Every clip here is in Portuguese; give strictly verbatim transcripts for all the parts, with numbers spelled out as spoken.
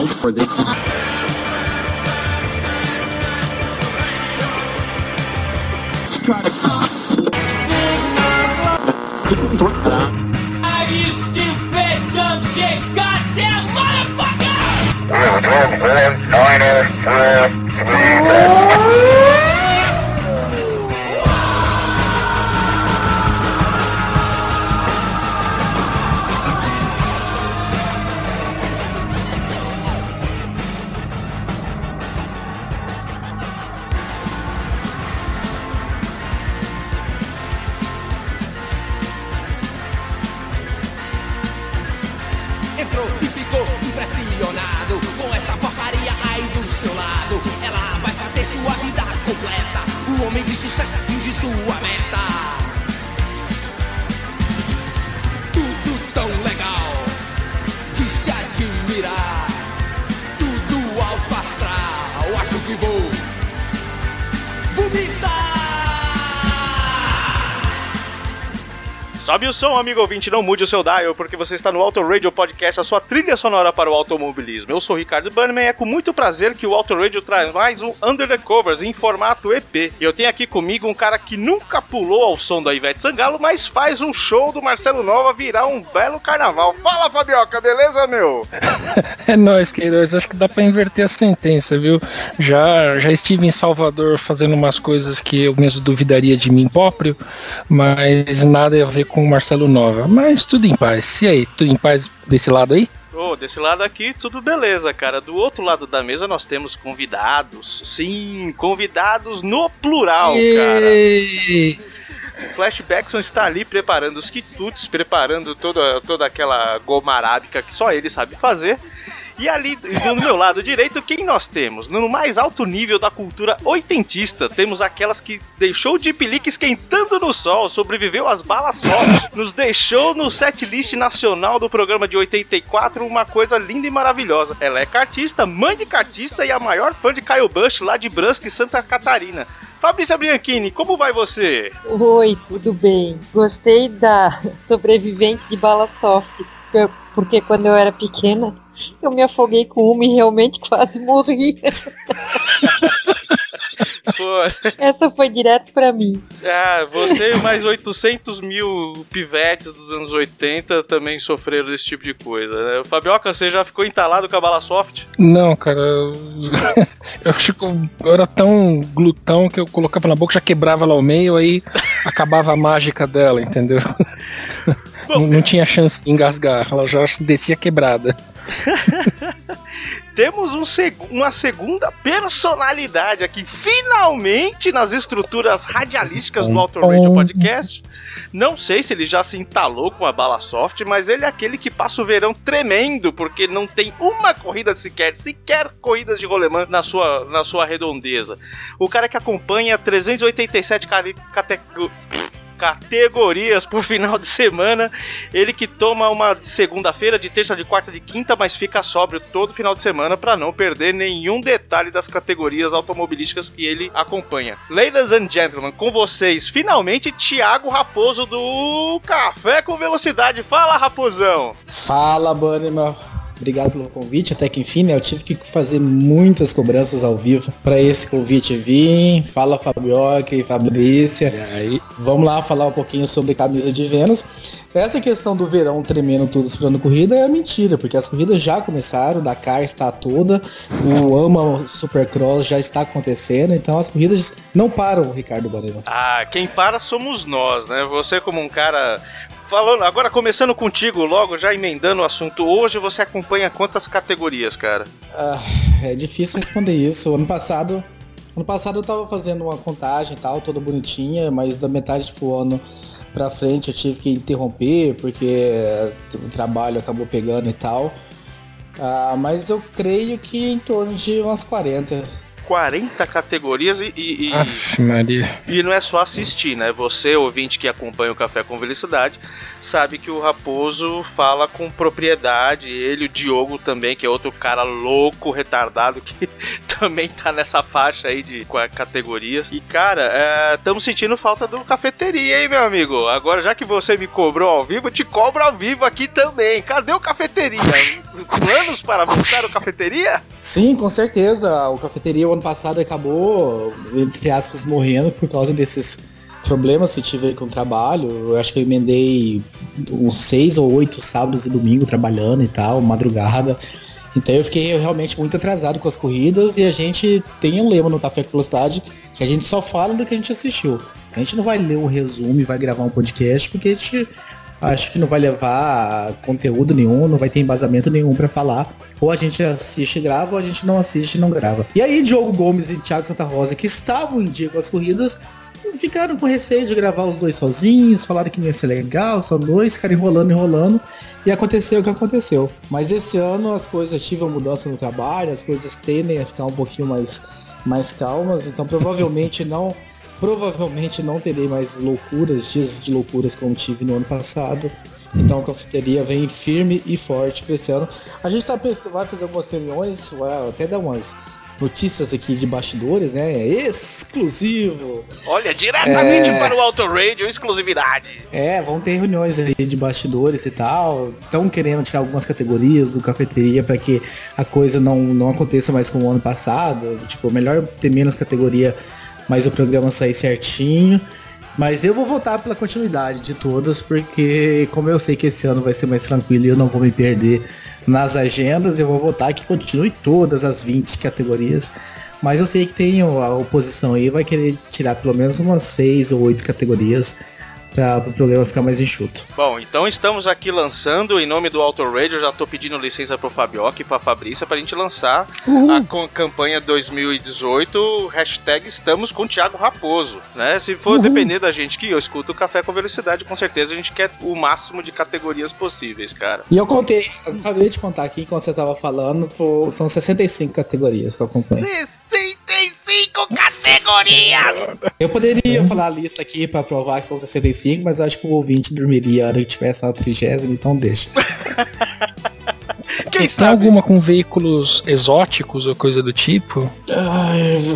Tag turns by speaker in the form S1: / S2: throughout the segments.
S1: Are you stupid, dumb shit, goddamn motherfucker?
S2: Entrou e ficou impressionado com essa porcaria aí do seu lado. Ela vai fazer sua vida completa. O homem de sucesso atinge sua meta. Tudo tão legal de se admirar. Tudo alto astral. Acho que vou vomitar.
S3: Sobe o som, amigo ouvinte, não mude o seu dial, porque você está no Auto Radio Podcast, a sua trilha sonora para o automobilismo. Eu sou o Ricardo Bannerman e é com muito prazer que o Auto Radio traz mais um Under the Covers em formato E P. E eu tenho aqui comigo um cara que nunca pulou ao som da Ivete Sangalo, mas faz um show do Marcelo Nova virar um belo carnaval. Fala, Fabioca, beleza, meu?
S4: É nóis, queridos. Acho que dá pra inverter a sentença, viu? Já, já estive em Salvador fazendo umas coisas que eu mesmo duvidaria de mim próprio, mas nada a ver com o Marcelo Nova. Mas tudo em paz. E aí, tudo em paz desse lado aí?
S3: Oh, desse lado aqui, tudo beleza, cara. Do outro lado da mesa nós temos convidados. Sim, convidados no plural,
S4: Ei.
S3: cara. O Flashbackson está ali preparando os quitutes, preparando toda, toda aquela goma arábica que só ele sabe fazer. E ali, do meu lado direito, quem nós temos? No mais alto nível da cultura oitentista, temos aquelas que deixou o Deep Leak esquentando no sol, sobreviveu às balas soft, nos deixou no setlist nacional do programa de oitenta e quatro, uma coisa linda e maravilhosa. Ela é cartista, mãe de cartista e a maior fã de Kyle Busch lá de Brusque, Santa Catarina. Fabrícia Bianchini, como vai você?
S5: Oi, tudo bem. Gostei da sobrevivente de bala soft, porque quando eu era pequena, eu me afoguei com uma e realmente quase morri.
S3: Pô.
S5: Essa foi direto pra mim.
S3: Ah, você e mais oitocentos mil pivetes dos anos oitenta também sofreram desse tipo de coisa, né? Fabioca, você já ficou entalado com a bala soft?
S4: Não, cara. Eu, eu acho que eu era tão glutão que eu colocava na boca, já quebrava lá ao meio, aí acabava a mágica dela, entendeu? Bom, não, não tinha chance de engasgar, ela já descia quebrada.
S3: Temos um seg- uma segunda personalidade aqui, finalmente nas estruturas radialísticas do Auto Radio Podcast. Não sei se ele já se entalou com a bala soft, mas ele é aquele que passa o verão tremendo, porque não tem uma corrida sequer, sequer corridas de rolemã na sua, na sua redondeza. O cara que acompanha trezentos e oitenta e sete categorias... categorias por final de semana, ele que toma uma de segunda-feira, de terça, de quarta, de quinta, mas fica sóbrio todo final de semana para não perder nenhum detalhe das categorias automobilísticas que ele acompanha. Ladies and gentlemen, com vocês, finalmente, Thiago Raposo do Café com Velocidade. Fala, Raposão!
S6: Fala, Bannerman! Obrigado pelo convite, até que enfim, né, eu tive que fazer muitas cobranças ao vivo para esse convite vir. Fala, Fabioca e Fabrícia. E aí? Vamos lá falar um pouquinho sobre camisa de Vênus. Essa questão do verão tremendo tudo esperando corrida é mentira, porque as corridas já começaram, o Dakar está toda, o AMA Supercross já está acontecendo, então as corridas não param, Ricardo Bannerman.
S3: Ah, quem para somos nós, né? Você como um cara... Falando, agora começando contigo logo, já emendando o assunto, hoje você acompanha quantas categorias, cara?
S6: Ah, é difícil responder isso. Ano passado, ano passado eu tava fazendo uma contagem e tal, toda bonitinha, mas da metade pro ano pra frente eu tive que interromper, porque o trabalho acabou pegando e tal. Ah, mas eu creio que em torno de umas quarenta.
S3: quarenta categorias e, e,
S4: Aff, Maria.
S3: e não é só assistir, né? Você, ouvinte que acompanha o Café com Velocidade, sabe que o Raposo fala com propriedade, ele, o Diogo também, que é outro cara louco, retardado, que também tá nessa faixa aí de categorias. E, cara, estamos é, sentindo falta do Cafeteria, hein, meu amigo? Agora, já que você me cobrou ao vivo, eu te cobro ao vivo aqui também. Cadê o Cafeteria? Planos para voltar o Cafeteria?
S6: Sim, com certeza. O Cafeteria, o ano passado, acabou, entre aspas, morrendo por causa desses problemas que tive com o trabalho. Eu acho que eu emendei uns seis ou oito sábados e domingos trabalhando e tal, madrugada. Então eu fiquei realmente muito atrasado com as corridas, e a gente tem um lema no Café com Velocidade que a gente só fala do que a gente assistiu. A gente não vai ler um resumo e vai gravar um podcast, porque a gente acha que não vai levar conteúdo nenhum, não vai ter embasamento nenhum pra falar. Ou a gente assiste e grava, ou a gente não assiste e não grava. E aí Diogo Gomes e Thiago Santa Rosa, que estavam em dia com as corridas, ficaram com receio de gravar os dois sozinhos, falaram que não ia ser legal, só dois, ficaram enrolando, enrolando, e aconteceu o que aconteceu. Mas esse ano as coisas tiveram mudança no trabalho, as coisas tendem a ficar um pouquinho mais, mais calmas, então provavelmente não, provavelmente não terei mais loucuras, dias de loucuras como tive no ano passado. Então a Cafeteria vem firme e forte para esse ano. A gente tá pensando, vai fazer algumas reuniões, vai até dar umas notícias aqui de bastidores, né? Exclusivo!
S3: Olha, diretamente
S6: é...
S3: para o Auto Radio, exclusividade!
S6: É, vão ter reuniões aí de bastidores e tal. Estão querendo tirar algumas categorias do Cafeteria para que a coisa não, não aconteça mais como o ano passado. Tipo, melhor ter menos categoria, mas o programa sair certinho. Mas eu vou votar pela continuidade de todas, porque como eu sei que esse ano vai ser mais tranquilo e eu não vou me perder nas agendas, eu vou votar que continue todas as vinte categorias. Mas eu sei que tem a oposição aí, vai querer tirar pelo menos umas seis ou oito categorias para o programa ficar mais enxuto.
S3: Bom, então estamos aqui lançando, em nome do Auto Radio, eu já tô pedindo licença pro Fabioca e pra Fabrícia pra gente lançar uhum. a co- campanha dois mil e dezoito, hashtag estamos com Thiago Raposo, né? Se for uhum. depender da gente que eu escuto o Café com Velocidade, com certeza a gente quer o máximo de categorias possíveis, cara.
S6: E eu contei, eu acabei de contar aqui, enquanto você tava falando, foi, são sessenta e cinco categorias que eu acompanho.
S3: sessenta e cinco categorias!
S6: Eu poderia uhum. falar a lista aqui pra provar que são sessenta e cinco, mas eu acho que o ouvinte dormiria a hora que tivesse na trigésima, então deixa.
S4: Quem Tem sabe? Alguma com veículos exóticos ou coisa do tipo?
S6: Ah,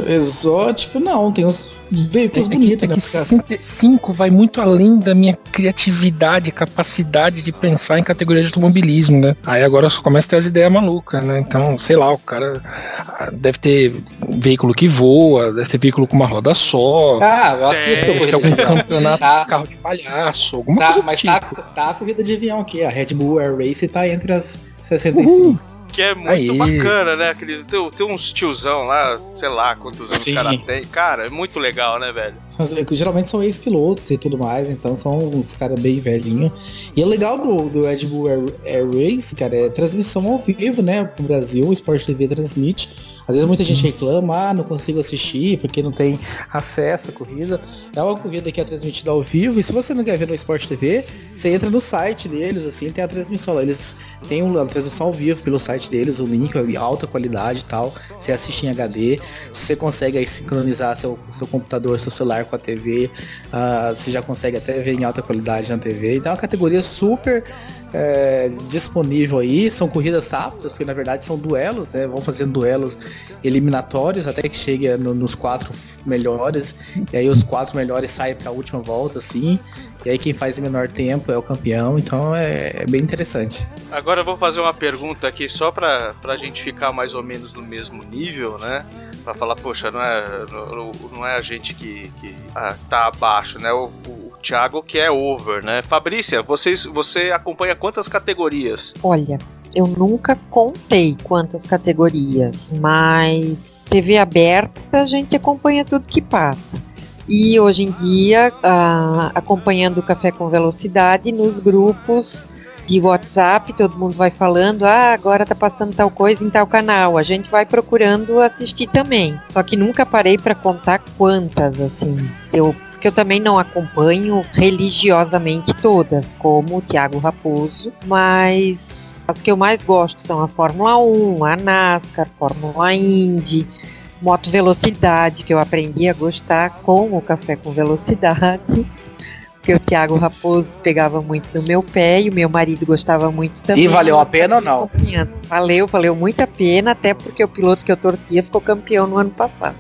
S6: exótico não, tem uns veículos é, bonitos,
S4: é que, né? sessenta e cinco vai muito além da minha criatividade, capacidade de pensar em categoria de automobilismo, né? Aí agora só começa a ter as ideias malucas, né? Então, sei lá, o cara deve ter veículo que voa, deve ter veículo com uma roda só.
S6: Ah, eu assisto.
S4: Deve ter algum campeonato tá. carro de palhaço, alguma
S6: tá,
S4: coisa do
S6: mas
S4: tipo.
S6: Tá, tá a corrida de avião aqui, a Red Bull Air Race tá entre as sessenta e cinco. Uhul.
S3: Que é muito Aí. bacana, né? Aquele, tem, tem uns tiozão lá, sei lá quantos anos Sim. os caras têm. Cara, é muito legal, né, velho?
S6: Geralmente são ex-pilotos e tudo mais, então são uns caras bem velhinhos. E o legal do, do Red Bull Air, Air Race, cara, é transmissão ao vivo, né? Pro Brasil, o Sport T V transmite. Às vezes muita gente reclama, ah, não consigo assistir porque não tem acesso à corrida. É uma corrida que é transmitida ao vivo, e se você não quer ver no Sport T V, você entra no site deles, assim, tem a transmissão lá. Eles têm a transmissão ao vivo pelo site deles, o link é alta qualidade e tal. Você assiste em H D, você consegue aí sincronizar seu, seu computador, seu celular com a T V, uh, você já consegue até ver em alta qualidade na T V. Então é uma categoria super É, disponível aí, são corridas rápidas, porque na verdade são duelos, né? Vão fazendo duelos eliminatórios até que chegue no, nos quatro melhores, e aí os quatro melhores saem para a última volta, assim, e aí quem faz em menor tempo é o campeão, então é, é bem interessante.
S3: Agora eu vou fazer uma pergunta aqui só pra, pra gente ficar mais ou menos no mesmo nível, né? Pra falar, poxa, não é, não, não é a gente que, que ah, tá abaixo, né? O, o Thiago que é over, né? Fabrícia, vocês, você acompanha quantas categorias?
S5: Olha, eu nunca contei quantas categorias, mas T V aberta a gente acompanha tudo que passa. E hoje em dia, ah, acompanhando o Café com Velocidade nos grupos de WhatsApp, todo mundo vai falando, ah, agora tá passando tal coisa em tal canal, a gente vai procurando assistir também. Só que nunca parei para contar quantas, assim, eu, porque eu também não acompanho religiosamente todas, como o Thiago Raposo, mas as que eu mais gosto são a Fórmula um, a NASCAR, Fórmula Indy, Moto Velocidade, que eu aprendi a gostar com o Café com Velocidade, porque porque o Thiago Raposo pegava muito no meu pé e o meu marido gostava muito também.
S6: E valeu a pena ou não?
S5: Valeu, valeu muito a pena, até porque o piloto que eu torcia ficou campeão no ano passado.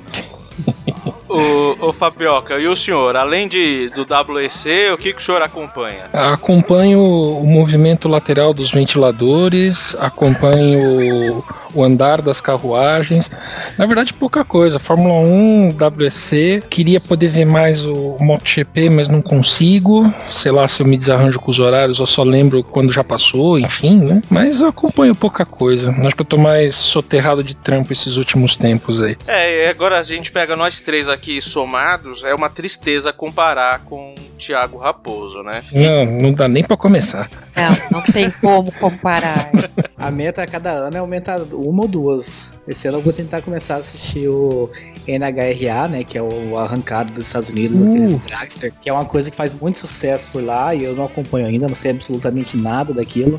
S3: Ô, ô Fabioca, e o senhor, além de, do W E C, o que, que o senhor acompanha?
S4: Acompanho o movimento lateral dos ventiladores, acompanho o andar das carruagens. Na verdade, pouca coisa. Fórmula um, W E C, queria poder ver mais o MotoGP, mas não consigo. Sei lá se eu me desarranjo com os horários, eu só lembro quando já passou, enfim, né? Mas eu acompanho pouca coisa. Acho que eu tô mais soterrado de trampo esses últimos tempos aí.
S3: É, e agora a gente pega nós três aqui somados, é uma tristeza comparar com o Thiago Raposo, né?
S4: Não, não dá nem pra começar.
S5: Não, não tem como comparar.
S6: A meta a cada ano é aumentar uma ou duas. Esse ano eu vou tentar começar a assistir o N H R A, né, que é o arrancado dos Estados Unidos, uh. aqueles dragster, que é uma coisa que faz muito sucesso por lá e eu não acompanho ainda, não sei absolutamente nada daquilo.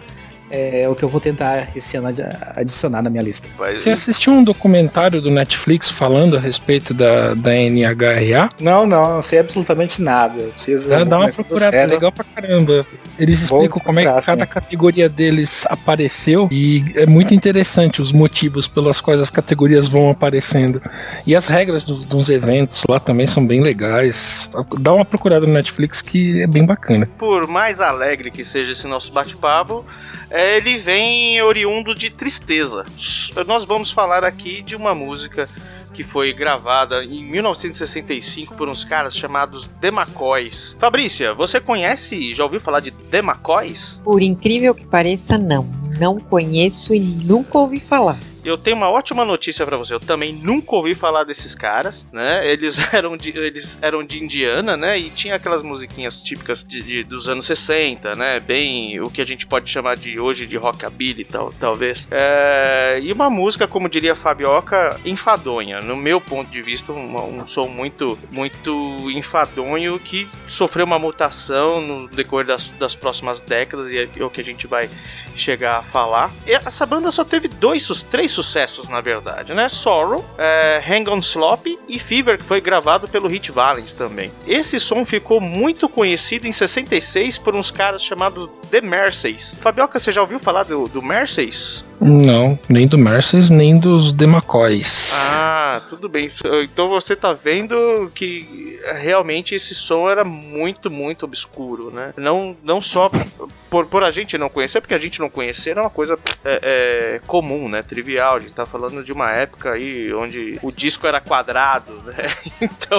S6: É o que eu vou tentar esse ano adicionar na minha lista.
S4: Você assistiu um documentário do Netflix falando a respeito da, da N H R A?
S6: Não, não, não sei absolutamente nada. Eu preciso
S4: Dá, dá uma procurada, é legal pra caramba. Eles explicam
S6: Vou
S4: como é que cada categoria deles apareceu e é muito interessante os motivos pelos quais as categorias vão aparecendo. E as regras do, dos eventos lá também são bem legais. Dá uma procurada no Netflix que é bem bacana.
S3: Por mais alegre que seja esse nosso bate-papo, ele vem oriundo de tristeza. Nós vamos falar aqui de uma música que foi gravada em mil novecentos e sessenta e cinco por uns caras chamados The McCoys. Fabrícia, você conhece, já ouviu falar de The McCoys?
S5: Por incrível que pareça, não. Não conheço e nunca ouvi falar.
S3: Eu tenho uma ótima notícia pra você. Eu também nunca ouvi falar desses caras, né? Eles eram de, eles eram de Indiana, né? E tinha aquelas musiquinhas típicas de, de, dos anos sessenta, né? Bem o que a gente pode chamar de hoje de rockabilly, tal, talvez. É, e uma música, como diria a Fabioca, enfadonha. No meu ponto de vista, um, um som muito, muito enfadonho que sofreu uma mutação no decorrer das, das próximas décadas e é o que a gente vai chegar a falar. E essa banda só teve dois, três sucessos, na verdade, né? Sorrow, é, Hang On Sloppy e Fever, que foi gravado pelo Hit Valens também. Esse som ficou muito conhecido em sessenta e seis por uns caras chamados The Merceys. Fabioca, você já ouviu falar do, do Merceys?
S4: Não, nem do Merceys, nem dos The McCoys.
S3: Ah, tudo bem. Então você tá vendo que realmente esse som era muito, muito obscuro, né? Não, não só por, por a gente não conhecer, porque a gente não conhecer era uma coisa é, é, comum, né? Trivial. A gente tá falando de uma época aí onde o disco era quadrado, né? Então,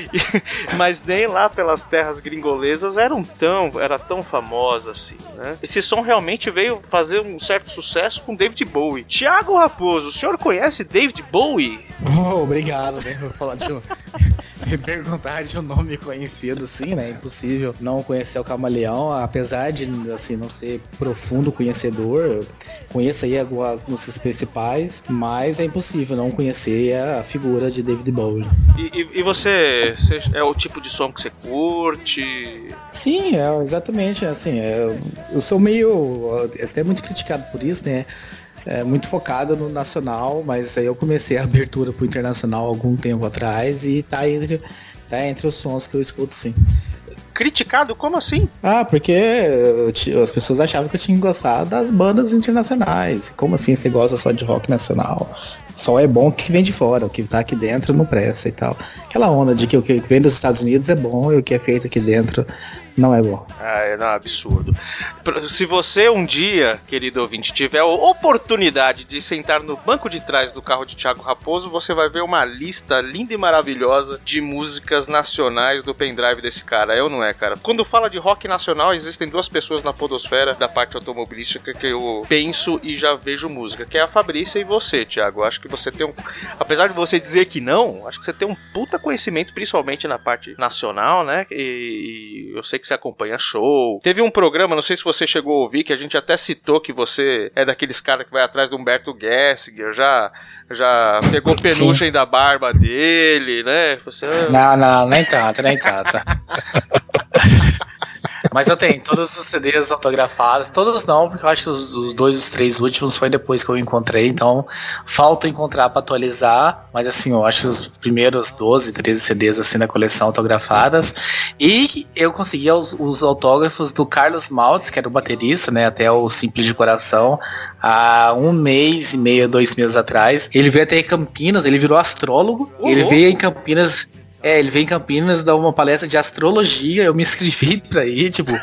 S3: mas nem lá pelas terras gringolesas eram tão, era tão famosa assim, né? Esse som realmente veio fazer um certo sucesso com David Bowie. Thiago Raposo, o senhor conhece David Bowie?
S6: Oh, obrigado, né? Vou falar de um... Me perguntar de um nome conhecido, sim, né? Impossível não conhecer o Camaleão, apesar de, assim, não ser profundo conhecedor. Eu conheço aí algumas músicas principais, mas é impossível não conhecer a figura de David Bowie.
S3: E, e, e você, você é o tipo de som que você curte?
S6: Sim, é, exatamente, assim, é, eu sou meio, até muito criticado por isso, né? É muito focado no nacional, mas aí eu comecei a abertura pro internacional algum tempo atrás e tá entre, tá entre os sons que eu escuto, sim.
S3: Criticado? Como assim?
S6: Ah, porque as pessoas achavam que eu tinha gostado das bandas internacionais. Como assim você gosta só de rock nacional? Só é bom o que vem de fora, o que tá aqui dentro não presta e tal. Aquela onda de que o que vem dos Estados Unidos é bom e o que é feito aqui dentro não é bom.
S3: Ah, é um absurdo. Se você um dia, querido ouvinte, tiver a oportunidade de sentar no banco de trás do carro de Thiago Raposo, você vai ver uma lista linda e maravilhosa de músicas nacionais do pendrive desse cara. Eu não é, cara. Quando fala de rock nacional, existem duas pessoas na podosfera da parte automobilística que eu penso e já vejo música, que é a Fabrícia e você, Thiago. Acho que você tem um... Apesar de você dizer que não, acho que você tem um puta conhecimento, principalmente na parte nacional, né? E eu sei que você acompanha show. Teve um programa, não sei se você chegou a ouvir, que a gente até citou que você é daqueles caras que vai atrás do Humberto Gessinger, já, já pegou penugem Sim. da barba dele, né? Você...
S6: Não, não, nem tanto, nem tanto. Mas eu tenho todos os C Ds autografados, todos não, porque eu acho que os, os dois, os três últimos foi depois que eu encontrei, então falta encontrar pra atualizar, mas assim, eu acho que os primeiros doze, treze C Ds assim na coleção autografadas, e eu consegui os, os autógrafos do Carlos Maltz, que era o baterista, né, até o Simples de Coração, há um mês e meio, dois meses atrás. Ele veio até em Campinas, ele virou astrólogo, uhum. Ele veio em Campinas... É, ele veio em Campinas dar uma palestra de astrologia, eu me inscrevi pra ir, tipo...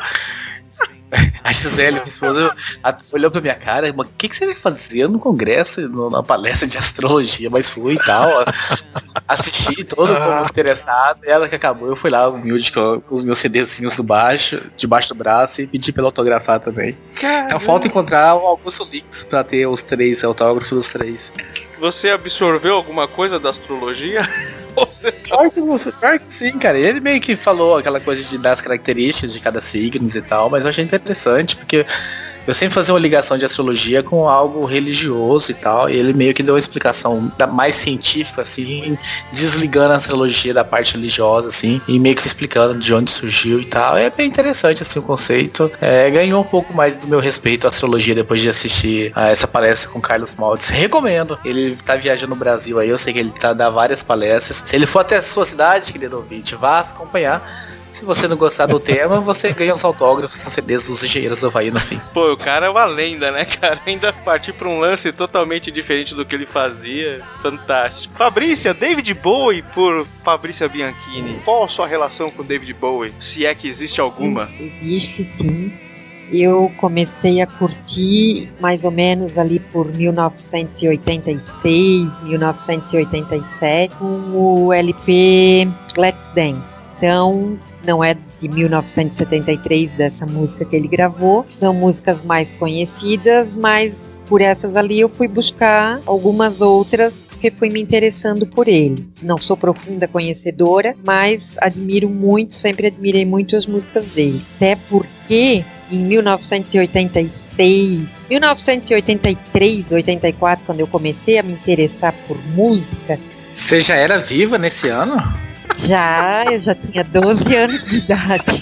S6: A Gisele, minha esposa, olhou pra minha cara, mas o que, que você vai fazer no congresso, no, na palestra de astrologia? Mas fui e tal, assisti todo como interessado, ela que acabou, eu fui lá, humilde, com, com os meus CDzinhos do baixo, debaixo do braço, e pedi pra ela autografar também. Caramba. Então falta encontrar o Augusto Lix pra ter os três autógrafos dos três.
S3: Você absorveu alguma coisa da astrologia? Você...
S6: Claro, que, claro que sim, cara. Ele meio que falou aquela coisa de dar as características de cada signo e tal, mas eu achei interessante, porque eu sempre fazia uma ligação de astrologia com algo religioso e tal, e ele meio que deu uma explicação mais científica, assim, desligando a astrologia da parte religiosa, assim, e meio que explicando de onde surgiu e tal. É bem interessante, assim, o conceito. É, ganhou um pouco mais do meu respeito à astrologia depois de assistir a essa palestra com Carlos Maltz. Recomendo. Ele tá viajando no Brasil aí, eu sei que ele tá dando várias palestras. Se ele for até a sua cidade, querido ouvinte, vá acompanhar. Se você não gostar do tema, você ganha os autógrafos, C Ds dos Engenheiros do Havaí no fim.
S3: Pô, o cara é uma lenda, né, cara? Ainda partir pra um lance totalmente diferente do que ele fazia. Fantástico. Fabrícia, David Bowie por Fabrícia Bianchini. Qual a sua relação com David Bowie? Se é que existe alguma?
S5: Existe, sim. Eu comecei a curtir mais ou menos ali por mil novecentos e oitenta e seis, mil novecentos e oitenta e sete, com o L P Let's Dance. Então, não é de mil novecentos e setenta e três dessa música que ele gravou, são músicas mais conhecidas, mas por essas ali eu fui buscar algumas outras porque fui me interessando por ele. Não sou profunda conhecedora, mas admiro muito, sempre admirei muito as músicas dele. Até porque em mil novecentos e oitenta e seis, mil novecentos e oitenta e três, oitenta e quatro, quando eu comecei a me interessar por música...
S6: Você já era viva nesse ano?
S5: Já, eu já tinha doze anos de idade.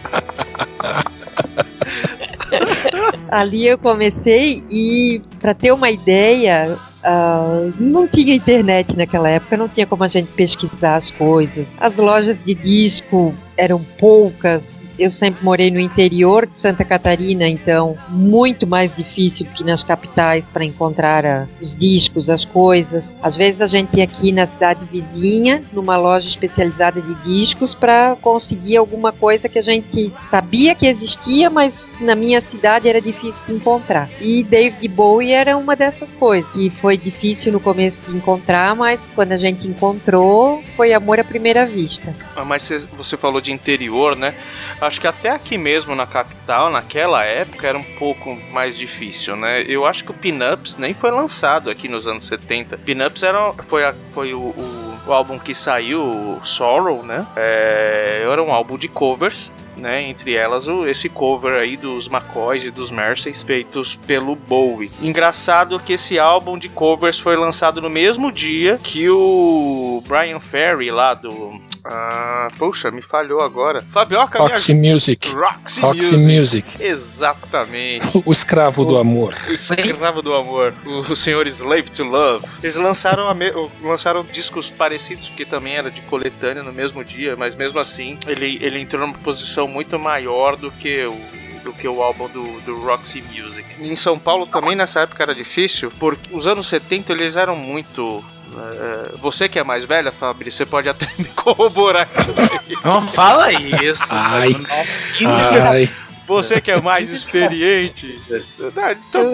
S5: Ali eu comecei e, para ter uma ideia, uh, não tinha internet naquela época, não tinha como a gente pesquisar as coisas. As lojas de disco eram poucas. Eu sempre morei no interior de Santa Catarina, então muito mais difícil que nas capitais para encontrar a, os discos, as coisas. Às vezes a gente ia aqui na cidade vizinha, numa loja especializada de discos, para conseguir alguma coisa que a gente sabia que existia, mas na minha cidade era difícil de encontrar. E David Bowie era uma dessas coisas, que foi difícil no começo de encontrar, mas quando a gente encontrou, foi amor à primeira vista.
S3: Ah, mas você falou de interior, né? Acho que até aqui mesmo na capital, naquela época, era um pouco mais difícil, né? Eu acho que o Pin-Ups nem foi lançado aqui nos anos setenta. Pin-Ups era, foi, a, foi o, o, o álbum que saiu, o Sorrow, né? É, era um álbum de covers, né, entre elas o, esse cover aí dos McCoys e dos Merceys feitos pelo Bowie. Engraçado que esse álbum de covers foi lançado no mesmo dia que o Brian Ferry lá do... Ah, poxa, me falhou agora. Fabioca,
S4: Roxy
S3: minha...
S4: Music.
S3: Roxy,
S4: Roxy
S3: Music.
S4: Music.
S3: Exatamente.
S4: O escravo o, do amor.
S3: O escravo do amor. O, o senhor Slave to Love. Eles lançaram, a me... lançaram discos parecidos, porque também era de coletânea no mesmo dia, mas mesmo assim, ele, ele entrou numa posição muito maior do que o do que o álbum do, do Roxy Music. Em São Paulo também nessa época era difícil, porque os anos setenta eles eram muito... Uh, você que é mais velha, Fabrício, você pode até me corroborar isso daí.
S6: Não fala isso.
S4: Ai. Ai.
S3: Você que é mais experiente. Então...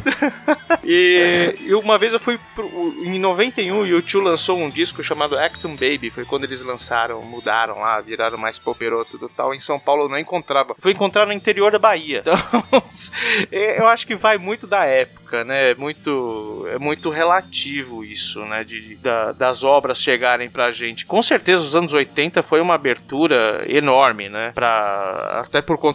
S3: e, e uma vez eu fui pro, em noventa e um, o U dois lançou um disco chamado Acton Baby. Foi quando eles lançaram, mudaram lá, viraram mais poperoto e tal. Em São Paulo eu não encontrava. Fui encontrar no interior da Bahia. Então, eu acho que vai muito da época, né? Muito, é muito relativo isso, né? De, da, das obras chegarem pra gente. Com certeza os anos oitenta foi uma abertura enorme, né? Pra, até por conta do rock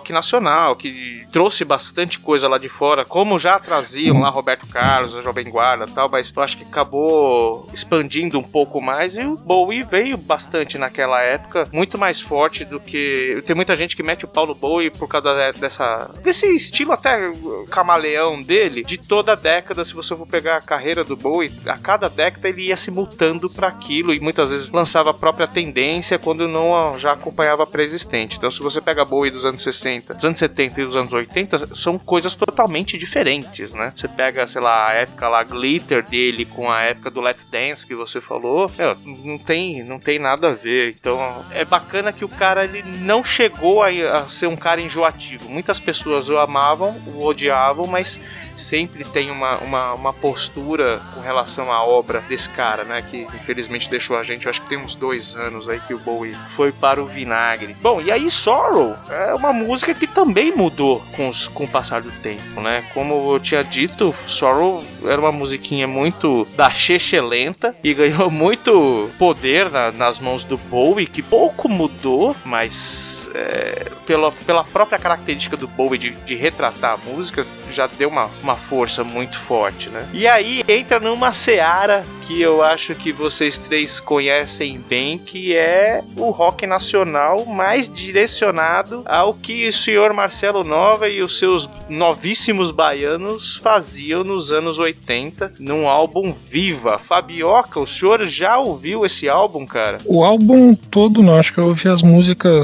S3: rock nacional, que trouxe bastante coisa lá de fora, como já traziam lá Roberto Carlos, a Jovem Guarda e tal, mas eu acho que acabou expandindo um pouco mais, e o Bowie veio bastante naquela época, muito mais forte do que... Tem muita gente que mete o pau no Bowie por causa dessa, desse estilo até camaleão dele, de toda a década. Se você for pegar a carreira do Bowie, a cada década ele ia se mutando para aquilo, e muitas vezes lançava a própria tendência quando não já acompanhava a pré-existente. Então, se você pega Bowie dos anos sessenta, dos anos setenta e dos anos oitenta, são coisas totalmente diferentes, né? Você pega, sei lá, a época lá, Glitter dele com a época do Let's Dance que você falou, meu, não tem, não tem nada a ver. Então, é bacana que o cara, ele não chegou a, a ser um cara enjoativo. Muitas pessoas o amavam, o odiavam, mas sempre tem uma, uma, uma postura com relação à obra desse cara, né, que infelizmente deixou a gente, eu acho que tem uns dois anos aí que o Bowie foi para o vinagre. Bom, e aí Sorrow é uma música que também mudou com, os, com o passar do tempo, né, como eu tinha dito, Sorrow era uma musiquinha muito da cheche lenta e ganhou muito poder na, nas mãos do Bowie, que pouco mudou, mas é, pela, pela própria característica do Bowie de, de retratar a música, já deu uma, uma força muito forte, né? E aí entra numa seara que eu acho que vocês três conhecem bem, que é o rock nacional mais direcionado ao que o senhor Marcelo Nova e os seus novíssimos baianos faziam nos anos oitenta, num álbum Viva. Fabioca, o senhor já ouviu esse álbum, cara?
S4: O álbum todo não, acho que eu ouvi as músicas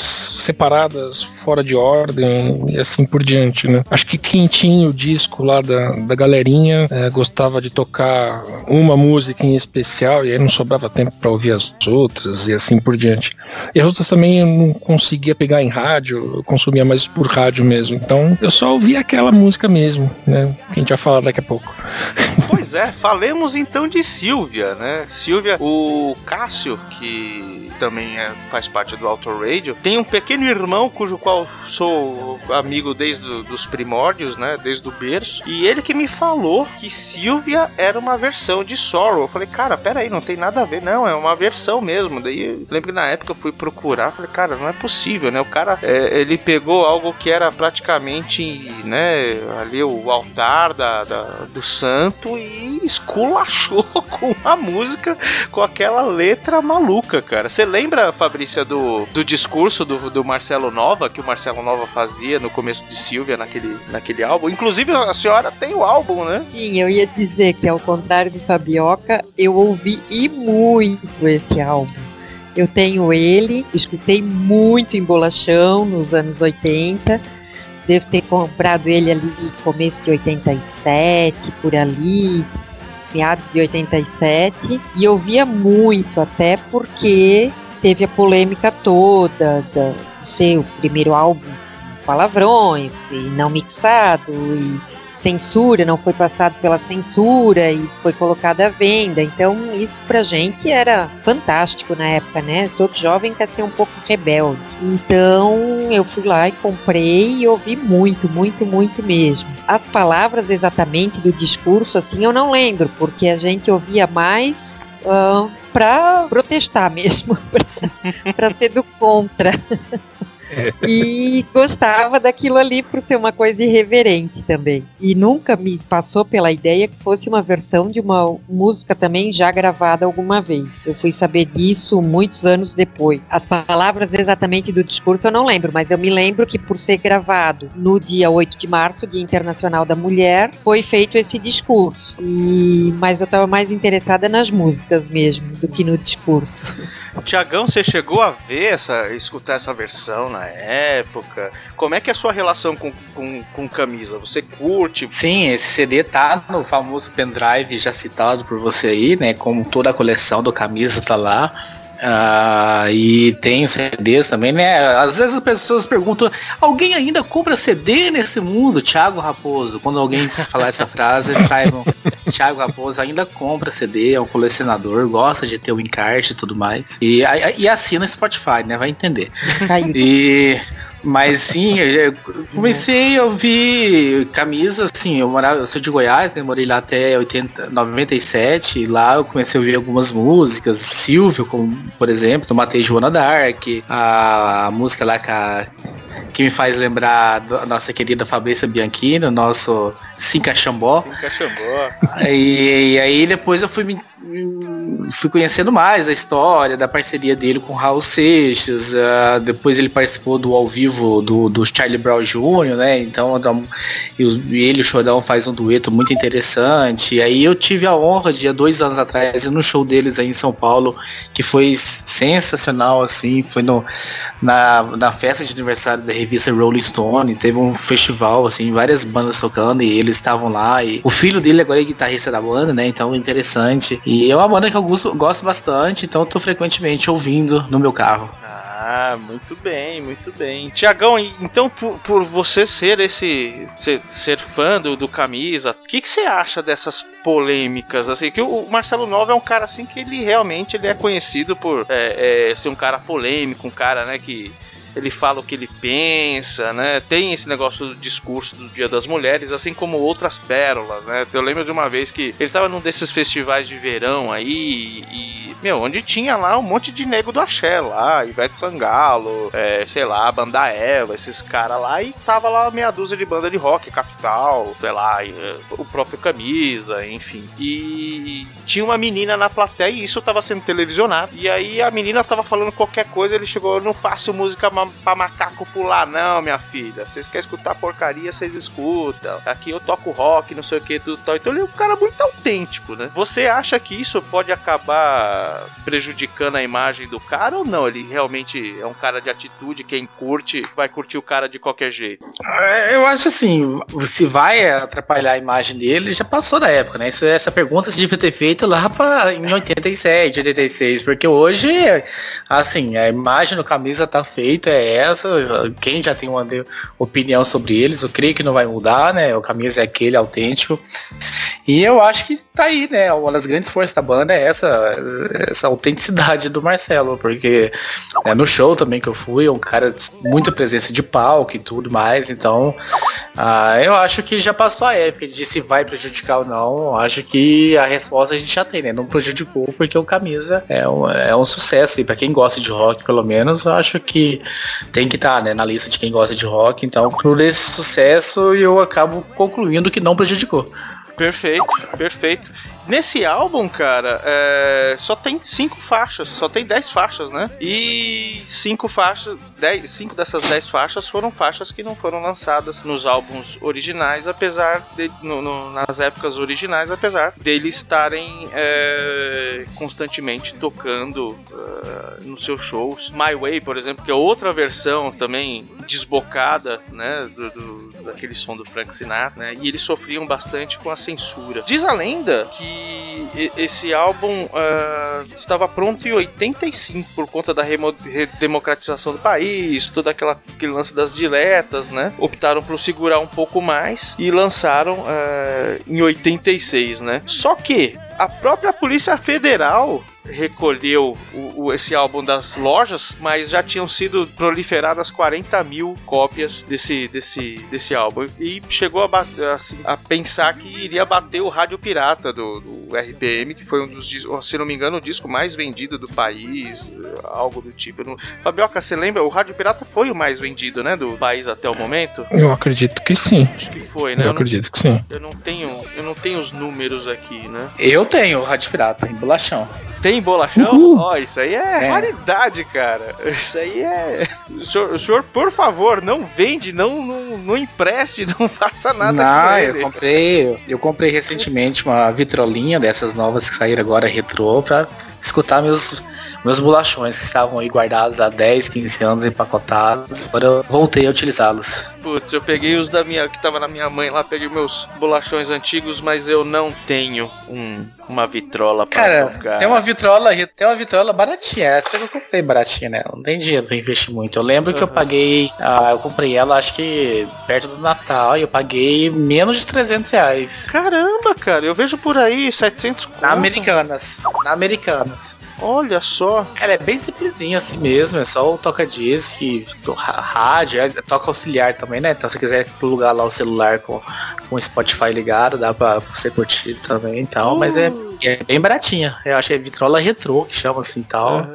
S4: separadas, fora de ordem e assim por diante, né? Acho que quem tinha o disco lá da, da galerinha é, gostava de tocar uma música em especial e aí não sobrava tempo pra ouvir as outras e assim por diante. E as outras também eu não conseguia pegar em rádio, eu consumia mais por rádio mesmo, então eu só ouvia aquela música mesmo, né? Que a gente vai falar daqui a pouco.
S3: Pois é, falemos então de Silvia, né? Silvia, o Cássio, que também é, faz parte do Auto Radio, tem um pequeno irmão cujo qual sou amigo desde os primórdios, né, desde o berço, e ele que me falou que Silvia era uma versão de Sorrow. Eu falei, cara, peraí, não tem nada a ver, não, é uma versão mesmo. Daí eu lembro que na época eu fui procurar, falei, cara, não é possível, né, o cara, é, ele pegou algo que era praticamente, né, ali o altar da, da, do santo e esculachou com a música, com aquela letra maluca, cara. Você lembra, Fabrícia, do, do discurso do, do Marcelo Nova, que o Marcelo Nova fazia no começo de Silvia, naquele, naquele álbum? Inclusive, a senhora tem o álbum, né?
S5: Sim, eu ia dizer que, ao contrário de Fabioca, eu ouvi e muito esse álbum. Eu tenho ele, escutei muito em bolachão nos anos oitenta, devo ter comprado ele ali no começo de oitenta e sete, por ali, meados de oitenta e sete, e eu via muito, até porque teve a polêmica toda de ser o primeiro álbum com palavrões e não mixado e censura, não foi passado pela censura e foi colocado à venda. Então isso pra gente era fantástico na época, né? Todo jovem quer ser um pouco rebelde. Então eu fui lá e comprei e ouvi muito, muito, muito mesmo. As palavras exatamente do discurso, assim, eu não lembro, porque a gente ouvia mais uh, pra protestar mesmo, pra, pra ser do contra. E gostava daquilo ali por ser uma coisa irreverente também. E nunca me passou pela ideia que fosse uma versão de uma música também já gravada alguma vez. Eu fui saber disso muitos anos depois. As palavras exatamente do discurso eu não lembro, mas eu me lembro que por ser gravado no dia oito de março, Dia Internacional da Mulher, foi feito esse discurso. E... Mas eu estava mais interessada nas músicas mesmo do que no discurso.
S3: Tiagão, você chegou a ver essa, escutar essa versão na época? Como é que é a sua relação com, com, com camisa? Você curte?
S6: Sim, esse C D tá no famoso pendrive já citado por você aí, né? Como toda a coleção do Camisa tá lá. Uh, e tem os C Ds também, né? Às vezes as pessoas perguntam: alguém ainda compra C D nesse mundo? Thiago Raposo, quando alguém falar essa frase, saibam, Thiago Raposo ainda compra C D, é um colecionador, gosta de ter o encarte e tudo mais. E, e assina Spotify, né? Vai entender. E... Mas sim, eu comecei a ouvir Camisa, assim, eu morava, eu sou de Goiás, né, morei lá até oitenta, noventa e sete, e lá eu comecei a ouvir algumas músicas, Silvio, como, por exemplo, Matei Joana Dark, a, a música lá com a que me faz lembrar da nossa querida Fabrícia Bianchini, nosso Cinca Xambó.
S3: Cinca Xambó.
S6: E, e aí depois eu fui me fui conhecendo mais da história, da parceria dele com o Raul Seixas, uh, depois ele participou do ao vivo do, do Charlie Brown Júnior, né, então e ele e o Chorão faz um dueto muito interessante, e aí eu tive a honra de há dois anos atrás ir no show deles aí em São Paulo, que foi sensacional, assim, foi no, na, na festa de aniversário da revista Rolling Stone, teve um festival, assim, várias bandas tocando, e eles estavam lá, e o filho dele agora é guitarrista da banda, né, então é interessante. E é uma banda que eu gosto, gosto bastante, então eu tô frequentemente ouvindo no meu carro.
S3: Ah, muito bem, muito bem. Tiagão, então por, por você ser esse ser, ser fã do, do Camisa, o que, que você acha dessas polêmicas? Assim, que o Marcelo Nova é um cara assim que ele realmente ele é conhecido por é, é, ser um cara polêmico, um cara, né, que ele fala o que ele pensa, né? Tem esse negócio do discurso do Dia das Mulheres, assim como outras pérolas, né? Eu lembro de uma vez que ele tava num desses festivais de verão aí e, meu, onde tinha lá um monte de nego do axé lá, Ivete Sangalo, é, sei lá, Banda Eva, esses caras lá, e tava lá meia dúzia de banda de rock, Capital, sei lá, e, o próprio Camisa, enfim. E tinha uma menina na plateia e isso tava sendo televisionado. E aí a menina tava falando qualquer coisa, ele chegou, eu não faço música pra macaco pular não, minha filha, vocês querem escutar porcaria, vocês escutam, aqui eu toco rock, não sei o que, tudo tal. Então ele é um cara muito autêntico, né? Você acha que isso pode acabar prejudicando a imagem do cara ou não? Ele realmente é um cara de atitude, quem curte vai curtir o cara de qualquer jeito?
S6: Eu acho assim, se vai atrapalhar a imagem dele, já passou da época, né? Isso, essa pergunta se devia ter feito lá pra, em oitenta e sete, oitenta e seis, porque hoje, assim, a imagem do Camisa tá feita, é essa, quem já tem uma opinião sobre eles, eu creio que não vai mudar, né, o Camisa é aquele autêntico, e eu acho que tá aí, né, uma das grandes forças da banda é essa, essa autenticidade do Marcelo, porque é, no show também que eu fui, é um cara de muita presença de palco e tudo mais, então ah, eu acho que já passou a época de se vai prejudicar ou não, acho que a resposta a gente já tem, né, não prejudicou, porque o Camisa é um, é um sucesso, e pra quem gosta de rock, pelo menos, eu acho que tem que estar, né, na lista de quem gosta de rock, então por esse sucesso eu acabo concluindo que não prejudicou.
S3: Perfeito, perfeito. Nesse álbum, cara, é, só tem cinco faixas, só tem dez faixas, né? E cinco faixas, dez, cinco dessas dez faixas foram faixas que não foram lançadas nos álbuns originais, apesar de, no, no, nas épocas originais, apesar deles estarem é, constantemente tocando uh, nos seus shows. My Way, por exemplo, que é outra versão também desbocada, né, do, do, daquele som do Frank Sinatra, né? E eles sofriam bastante com a censura. Diz a lenda que esse álbum uh, estava pronto em oitenta e cinco por conta da remo- redemocratização do país, todo aquela, aquele lance das diretas, né? Optaram por segurar um pouco mais e lançaram uh, em oitenta e seis, né? Só que a própria Polícia Federal recolheu o, o, esse álbum das lojas, mas já tinham sido proliferadas quarenta mil cópias desse, desse, desse álbum, e chegou a, bater, assim, a pensar que iria bater o Rádio Pirata do, do R P M, que foi um dos, se não me engano, o disco mais vendido do país, algo do tipo. Não... Fabioca, você lembra? O Rádio Pirata foi o mais vendido, né, do país até o momento?
S4: Eu acredito que sim.
S3: Acho que foi, né?
S4: Eu,
S3: eu
S4: acredito
S3: não,
S4: que sim.
S3: Eu não tenho, eu não tenho os números aqui, né?
S6: Eu tenho o Rádio Pirata, em bolachão.
S3: Tem bolachão? Ó, oh, isso aí é, é raridade, cara. Isso aí é... O senhor, o senhor, por favor, não vende, não, não, não empreste, não faça nada
S6: não,
S3: com ele.
S6: eu comprei, eu, eu comprei recentemente uma vitrolinha dessas novas que saíram agora, retrô, pra escutar meus, meus bolachões que estavam aí guardados há dez, quinze anos, empacotados. Agora eu voltei a utilizá-los.
S3: Putz, eu peguei os da minha, que tava na minha mãe lá, peguei meus bolachões antigos, mas eu não tenho um, uma vitrola pra
S6: Cara,
S3: tocar.
S6: tem uma vitrola, tem uma vitrola baratinha, essa que eu comprei baratinha, né? Não tem dinheiro pra investir muito. Eu lembro uhum. que eu paguei, ah, eu comprei ela acho que perto do Natal e eu paguei menos de trezentos reais.
S3: Caramba, cara, eu vejo por aí setecentos conto.
S6: Na Americanas, na Americanas.
S3: Olha só.
S6: Ela é bem simplesinha assim mesmo, é só o toca-disco, rádio, é, toca auxiliar também, né? Então se você quiser plugar lá o celular com, com o Spotify ligado, dá pra você curtir também e tal, uh. mas é, é bem baratinha. Eu acho que é vitrola retrô que chama assim e tal. Uhum.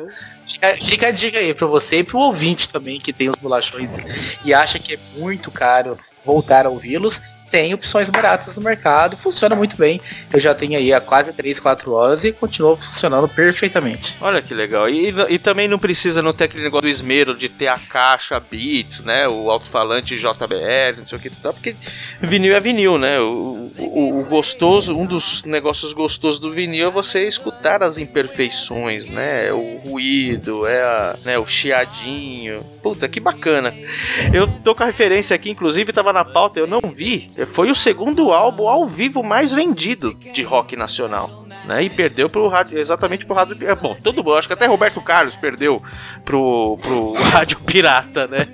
S6: Fica, fica a dica aí pra você e pro ouvinte também, que tem os bolachões e acha que é muito caro voltar a ouvi-los. Tem opções baratas no mercado, funciona muito bem. Eu já tenho aí há quase três, quatro horas e continua funcionando perfeitamente.
S3: Olha que legal. E, e também não precisa não ter aquele negócio do esmero de ter a caixa Beats, né? O alto-falante J B L, não sei o que tal, porque vinil é vinil, né? O, o, o gostoso, um dos negócios gostosos do vinil é você escutar as imperfeições, né? O ruído, é a, né, o chiadinho. Puta, que bacana. Eu tô com a referência aqui, inclusive tava na pauta, eu não vi. Foi o segundo álbum ao vivo mais vendido de rock nacional, né? E perdeu pro rádio, exatamente pro rádio. É bom, todo mundo, acho que até Roberto Carlos perdeu pro, pro rádio pirata, né?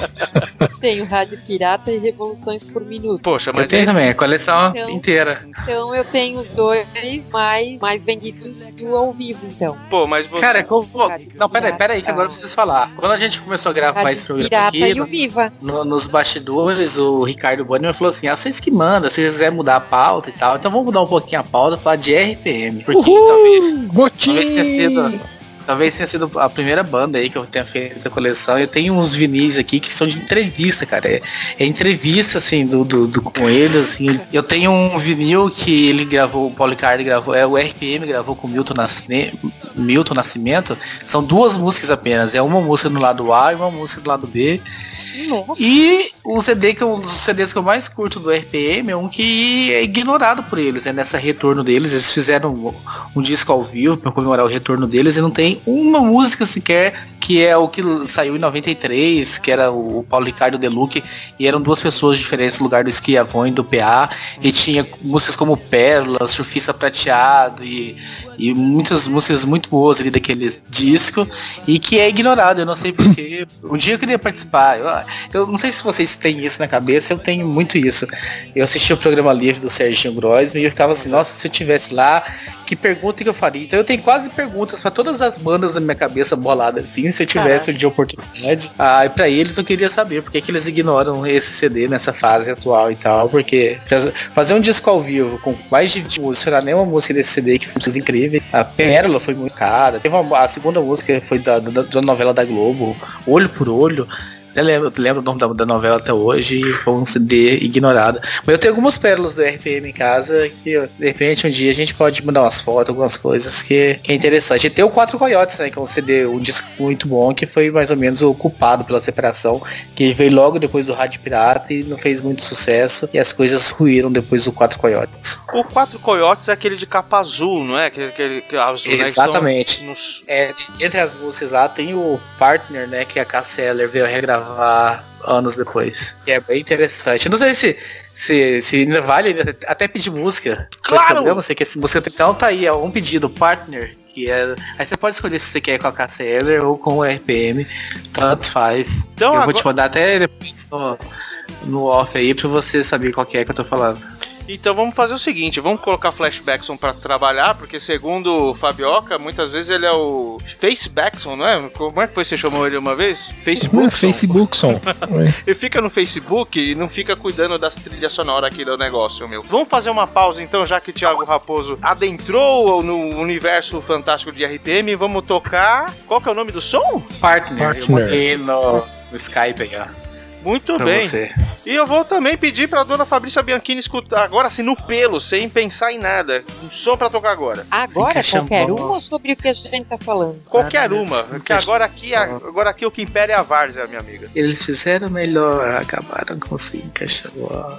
S5: Tem o rádio pirata e revoluções por minuto.
S3: Poxa, mas
S6: eu tenho
S3: é...
S6: também, a coleção
S5: então,
S6: inteira.
S5: Então eu tenho os dois mais, mais vendidos do ao vivo, então.
S3: Pô, mas você...
S6: Cara, como... não, peraí, peraí, que agora eu preciso falar. Quando a gente começou a gravar
S5: rádio
S6: esse programa
S5: pirata
S6: aqui,
S5: e o Viva.
S6: No, nos bastidores, o Ricardo Bannerman falou assim, ah, vocês que mandam, se vocês quiserem mudar a pauta e tal, então vamos mudar um pouquinho a pauta, falar de R P M, porque
S4: Uhul,
S6: talvez,
S4: gotinho.
S6: talvez tenha sido... Talvez tenha sido a primeira banda aí que eu tenha feito a coleção. Eu tenho uns vinis aqui que são de entrevista, cara. É, é entrevista, assim, do, do, do, com eles, assim. Eu tenho um vinil que ele gravou, o Policardi gravou, é o R P M gravou com o Milton Nascimento, Milton Nascimento. São duas músicas apenas. É uma música no lado A e uma música do lado B. Nossa. E o C D que eu, um dos C Ds que eu mais curto do R P M é um que é ignorado por eles, né? Nessa retorno deles, eles fizeram um, um disco ao vivo para comemorar o retorno deles e não tem uma música sequer, que é o que saiu em noventa e três, que era o Paulo Ricardo Deluque, e eram duas pessoas diferentes no lugar do Schiavone e do P A, e tinha músicas como Pérola, Surfista Prateado e, e muitas músicas muito boas ali daquele disco, e que é ignorado, eu não sei porquê. Um dia eu queria participar, eu, eu não sei se vocês têm isso na cabeça, eu tenho muito isso. Eu assisti o programa livre do Serginho Groisman e eu ficava assim, nossa, se eu tivesse lá, que pergunta que eu faria? Então eu tenho quase perguntas para todas as bandas na minha cabeça bolada assim, se eu tivesse um dia oportunidade. Ah, e pra eles eu queria saber por que, que eles ignoram esse C D nessa fase atual e tal, porque fazer um disco ao vivo com mais de música, não era nenhuma música desse C D que foi músicas incríveis. A Pérola foi muito cara. Teve uma, a segunda música foi da, da, da novela da Globo, Olho por Olho. Eu lembro, eu lembro o nome da, da novela até hoje e foi um C D ignorado. Mas eu tenho algumas pérolas do R P M em casa que, de repente, um dia a gente pode mandar umas fotos, algumas coisas que, que é interessante. E tem o Quatro Coiotes, né, que é um C D, um disco muito bom, que foi mais ou menos o culpado pela separação, que veio logo depois do Rádio Pirata e não fez muito sucesso, e as coisas ruíram depois do Quatro Coiotes.
S3: O Quatro Coiotes é aquele de capa azul, não é? Aquele, aquele, aquele azul,
S6: exatamente.
S3: Né? Nos...
S6: É, entre as músicas lá tem o Partner, né, que a Cássia Eller veio regravar anos depois. E é bem interessante. Não sei se, se, se ainda vale até pedir música.
S3: Claro!
S6: Eu sei que essa música então tá aí, é um pedido, Partner. Que é, aí você pode escolher se você quer com a Cássia Eller ou com o R P M. Tanto faz. Então, eu agora... vou te mandar até depois no, no off aí pra você saber qual que é que eu tô falando.
S3: Então vamos fazer o seguinte, vamos colocar Flashbackson pra trabalhar, porque segundo o Fabioca, muitas vezes ele é o Facebackson, não é? Como é que foi que você chamou ele uma vez? Facebook.
S4: Facebookson.
S3: Ele fica no Facebook e não fica cuidando das trilhas sonoras aqui do negócio, meu. Vamos fazer uma pausa então, já que o Thiago Raposo adentrou no universo fantástico de R P M, vamos tocar... Qual que é o nome do som?
S6: Partner.
S4: Partner.
S6: Eu mandei no, no Skype aí, ó.
S3: Muito
S6: pra
S3: bem.
S6: Você.
S3: E eu vou também pedir pra dona Fabrícia Bianchini escutar, agora assim, no pelo, sem pensar em nada. Um som pra tocar agora.
S5: Agora, qualquer uma ou sobre o que a gente tá falando?
S3: Qualquer ah, uma, porque agora aqui, agora aqui o que impera é a várzea, minha amiga.
S6: Eles fizeram melhor, acabaram com o encaixador.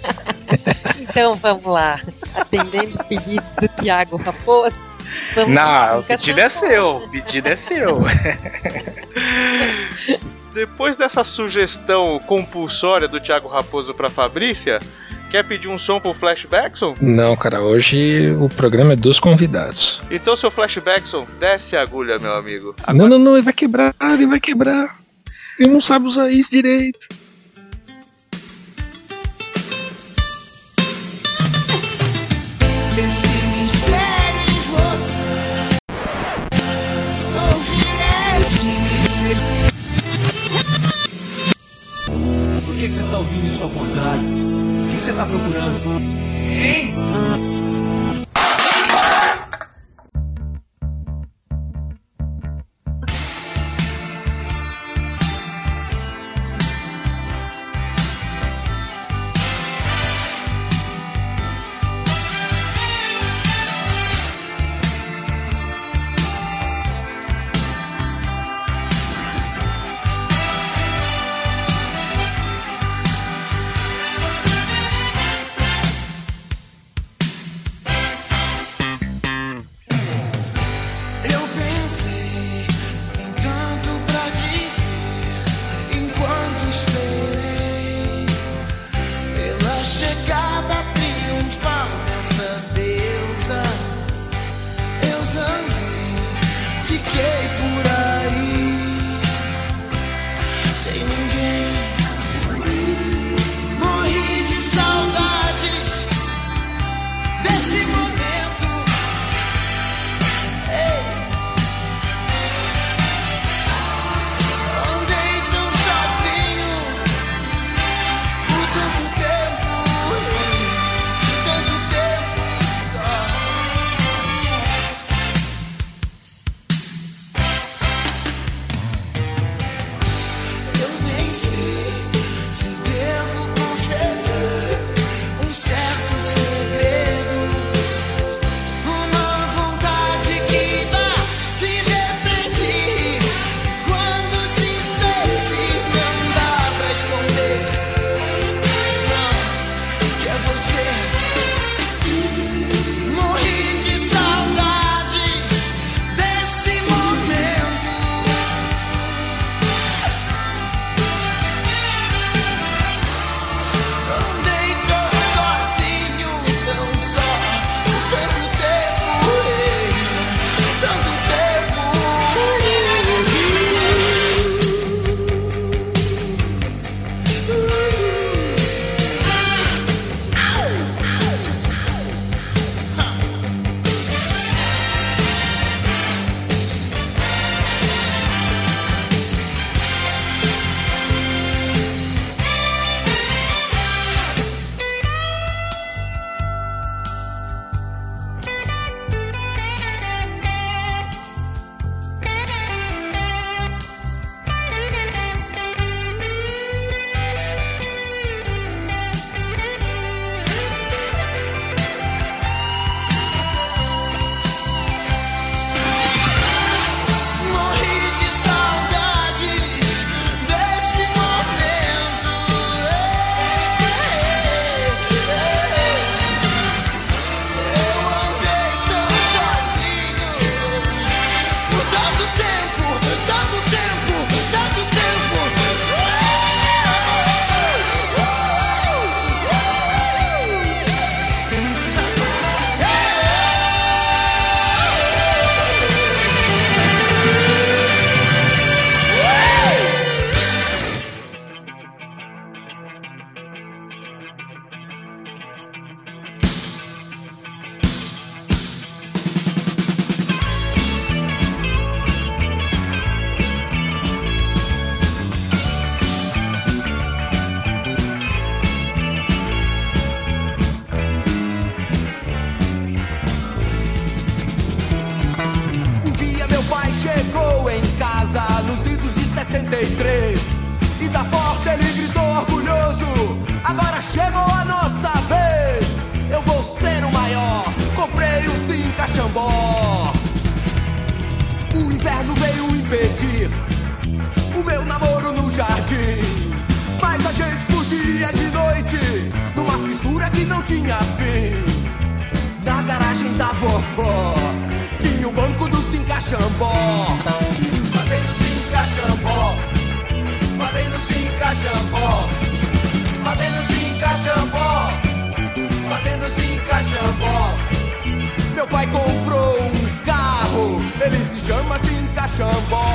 S5: Então vamos lá. Atendendo o pedido do Thiago Raposo.
S6: Não, o pedido é seu, o pedido é seu.
S3: Depois dessa sugestão compulsória do Thiago Raposo pra Fabrícia, quer pedir um som pro Flashbackson?
S4: Não, cara, hoje o programa é dos convidados.
S3: Então, seu Flashbackson, desce a agulha, meu amigo.
S4: Agora... Não, não, não, ele vai quebrar, ele vai quebrar. Ele não sabe usar isso direito.
S2: Esse mistério em você. Sou direto em mim.
S1: Por que você tá ouvindo isso ao contrário? O que você tá procurando? Hein?
S2: inferno veio impedir o meu namoro no jardim. Mas a gente fugia de noite numa fissura que não tinha fim. Na garagem da vovó tinha o banco do Sinca-Xambó. Fazendo Sinca-Xambó, fazendo Sinca-Xambó, fazendo Sinca-Xambó, fazendo Sinca-Xambó. Meu pai comprou um carro, ele se chama Sinca-Xambó.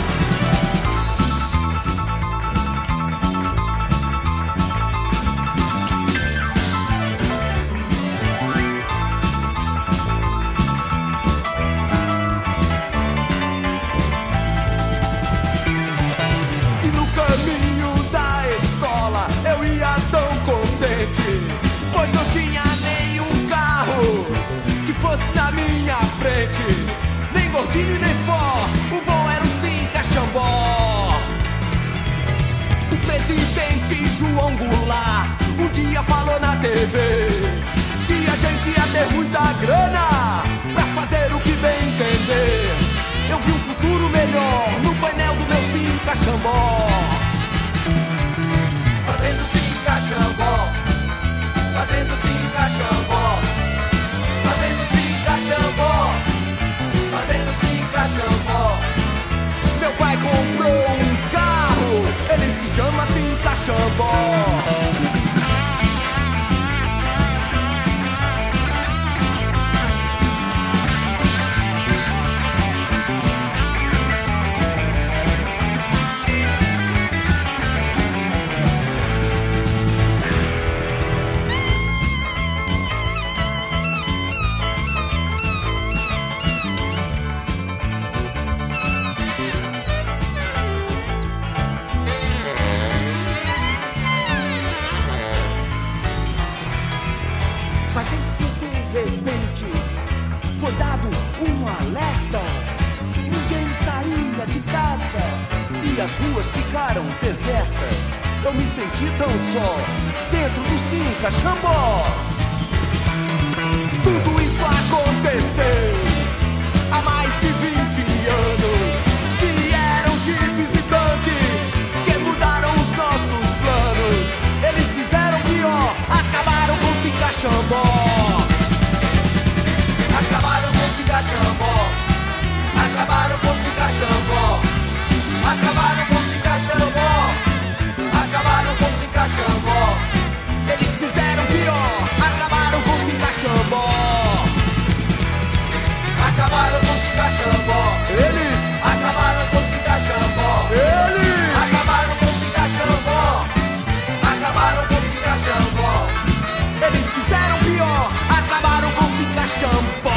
S2: Pois não tinha nenhum carro que fosse na minha frente, nem Gordini nem Ford, o bom era o Sinca-Xambó. O presidente João Goulart um dia falou na T V que a gente ia ter muita grana pra fazer o que bem entender. Eu vi um futuro melhor no painel do meu Sinca-Xambó. Fazendo Sinca-Xambó, fazendo Sinca-Xambó, fazendo Sinca-Xambó, fazendo Sinca-Xambó. Meu pai comprou um carro, ele se chama Sinca-Xambó. Foi dado um alerta, ninguém saía de casa e as ruas ficaram desertas. Eu me senti tão só dentro do Sinca-Xambó. Tudo isso aconteceu há mais de vinte anos. Vieram jipes e tanques que mudaram os nossos planos. Eles fizeram pior, acabaram com o Sinca-Xambó. Acabaram com o Sinca-Xambó, acabaram com o Sinca-Xambó, acabaram com o Sinca-Xambó, acabaram com o Sinca-Xambó. Eles fizeram pior, acabaram com o Sinca-Xambó. Acabaram com o Sinca-Xambó, eles acabaram com o Sinca-Xambó, eles acabaram com o Sinca-Xambó, acabaram com o Sinca-Xambó. Eles fizeram pior, acabaram com o Sinca-Xambó.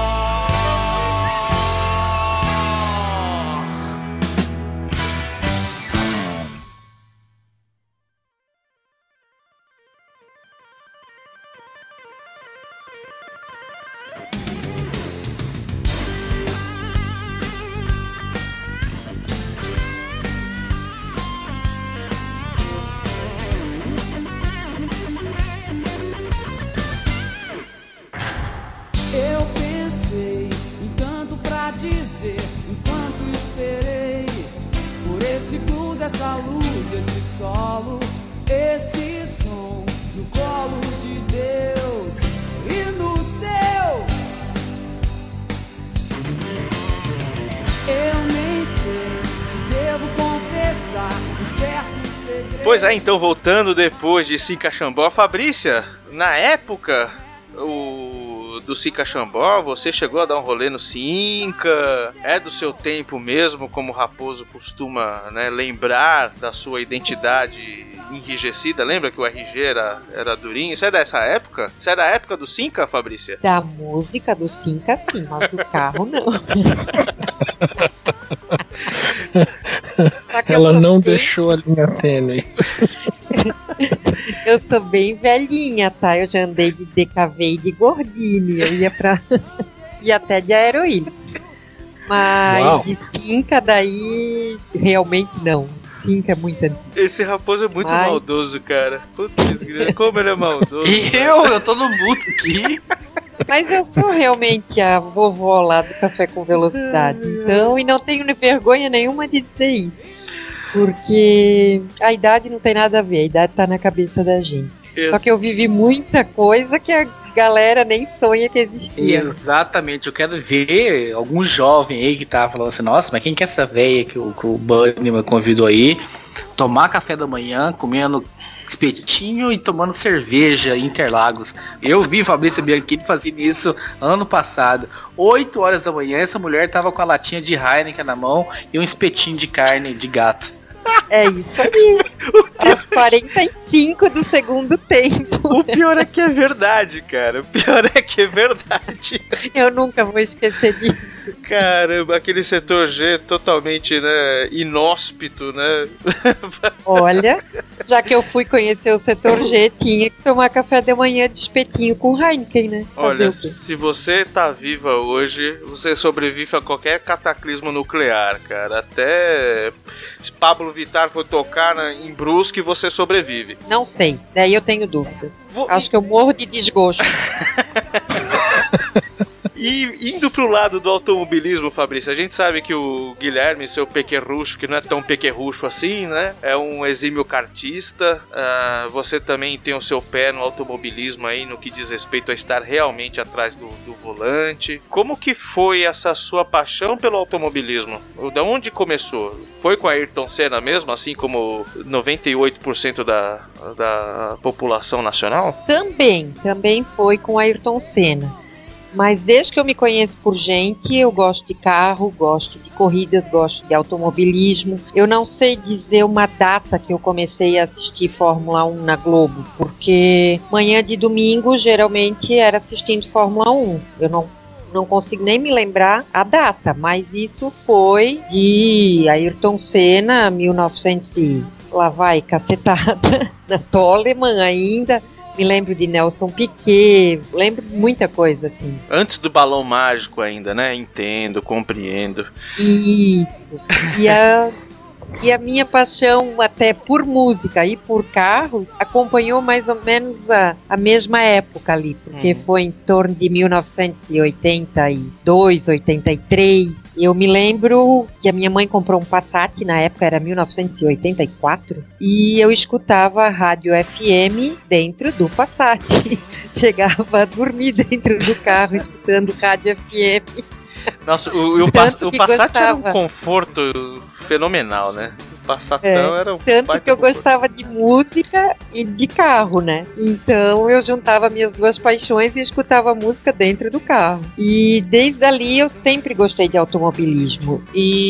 S7: Essa luz, esse solo, esse som no colo de Deus e no seu. Eu nem sei se devo confessar um certo segredo.
S3: Pois é, então voltando depois de Sinca-Xambó, Fabrícia, na época o do Sinca-Xambó, você chegou a dar um rolê no Sinca? É do seu tempo mesmo, como o Raposo costuma, né, lembrar da sua identidade enrijecida? Lembra que o R G era, era durinho? Isso é dessa época? Isso é da época do Sinca, Fabrícia?
S5: Da música do Sinca, sim, mas do carro não.
S4: Ela não bem... deixou a linha tênue.
S5: Eu sou bem velhinha, tá? Eu já andei de D K V e de Gordini. Eu ia pra... ia até de Aeroína. Mas Uau. De Sinca daí realmente não. Sinca é muito antigo.
S3: Esse Raposo é muito Mas... maldoso, cara. Putz, como ele é maldoso.
S8: E eu? Eu tô no mudo aqui.
S5: Mas eu sou realmente a vovó lá do Café com Velocidade, então, e não tenho vergonha nenhuma de dizer isso. Porque a idade não tem nada a ver, a idade tá na cabeça da gente. Isso. Só que eu vivi muita coisa que a galera nem sonha que existia.
S6: Exatamente, eu quero ver algum jovem aí que tá falando assim, nossa, mas quem que é essa véia que o, que o Bunny me convidou aí? Tomar café da manhã, comendo espetinho e tomando cerveja em Interlagos. Eu vi Fabrícia Bianchini fazendo isso ano passado. oito horas da manhã, essa mulher tava com a latinha de Heineken na mão e um espetinho de carne de gato.
S5: É isso aí. Às quarenta e cinco do segundo tempo.
S3: O pior é que é verdade, cara. O pior é que é verdade.
S5: Eu nunca vou esquecer disso.
S3: Caramba, aquele setor G totalmente, né, inóspito, né?
S5: Olha, já que eu fui conhecer o setor G, tinha que tomar café da manhã de espetinho com Heineken, né? Fazer
S3: Olha, se você tá viva hoje, você sobrevive a qualquer cataclismo nuclear, cara. Até se Pablo Vittar for tocar na, em Brusque, você sobrevive.
S5: Não sei, daí eu tenho dúvidas.
S3: Vou...
S5: Acho que eu morro de desgosto.
S3: E indo pro lado do automobilismo, Fabrício, a gente sabe que o Guilherme, seu pequerrucho, que não é tão pequerrucho assim, né? É um exímio kartista. Uh, você também tem o seu pé no automobilismo aí, no que diz respeito a estar realmente atrás do, do volante. Como que foi essa sua paixão pelo automobilismo? Da onde começou? Foi com a Ayrton Senna mesmo, assim como noventa e oito por cento da, da população nacional?
S5: Também, também foi com a Ayrton Senna. Mas desde que eu me conheço por gente, eu gosto de carro, gosto de corridas, gosto de automobilismo. Eu não sei dizer uma data que eu comecei a assistir Fórmula um na Globo, porque manhã de domingo geralmente era assistindo Fórmula um. Eu não, não consigo nem me lembrar a data, mas isso foi de Ayrton Senna, mil e novecentos e lá vai, cacetada, da Toleman ainda. Me lembro de Nelson Piquet, lembro de muita coisa, assim.
S3: Antes do balão mágico ainda, né? Entendo, compreendo.
S5: Isso. E a, e a minha paixão até por música e por carros acompanhou mais ou menos a, a mesma época ali, porque hum. foi em torno de mil novecentos e oitenta e dois, oitenta e três. Eu me lembro que a minha mãe comprou um Passat, na época era mil novecentos e oitenta e quatro, e eu escutava a rádio F M dentro do Passat. Chegava a dormir dentro do carro escutando rádio F M.
S3: Nossa, o, o, pass, o Passat gostava. Era um conforto fenomenal, né? O Passatão é, era um
S5: tanto que eu
S3: conforto.
S5: Gostava de música e de carro, né? Então eu juntava minhas duas paixões e escutava música dentro do carro. E desde ali eu sempre gostei de automobilismo.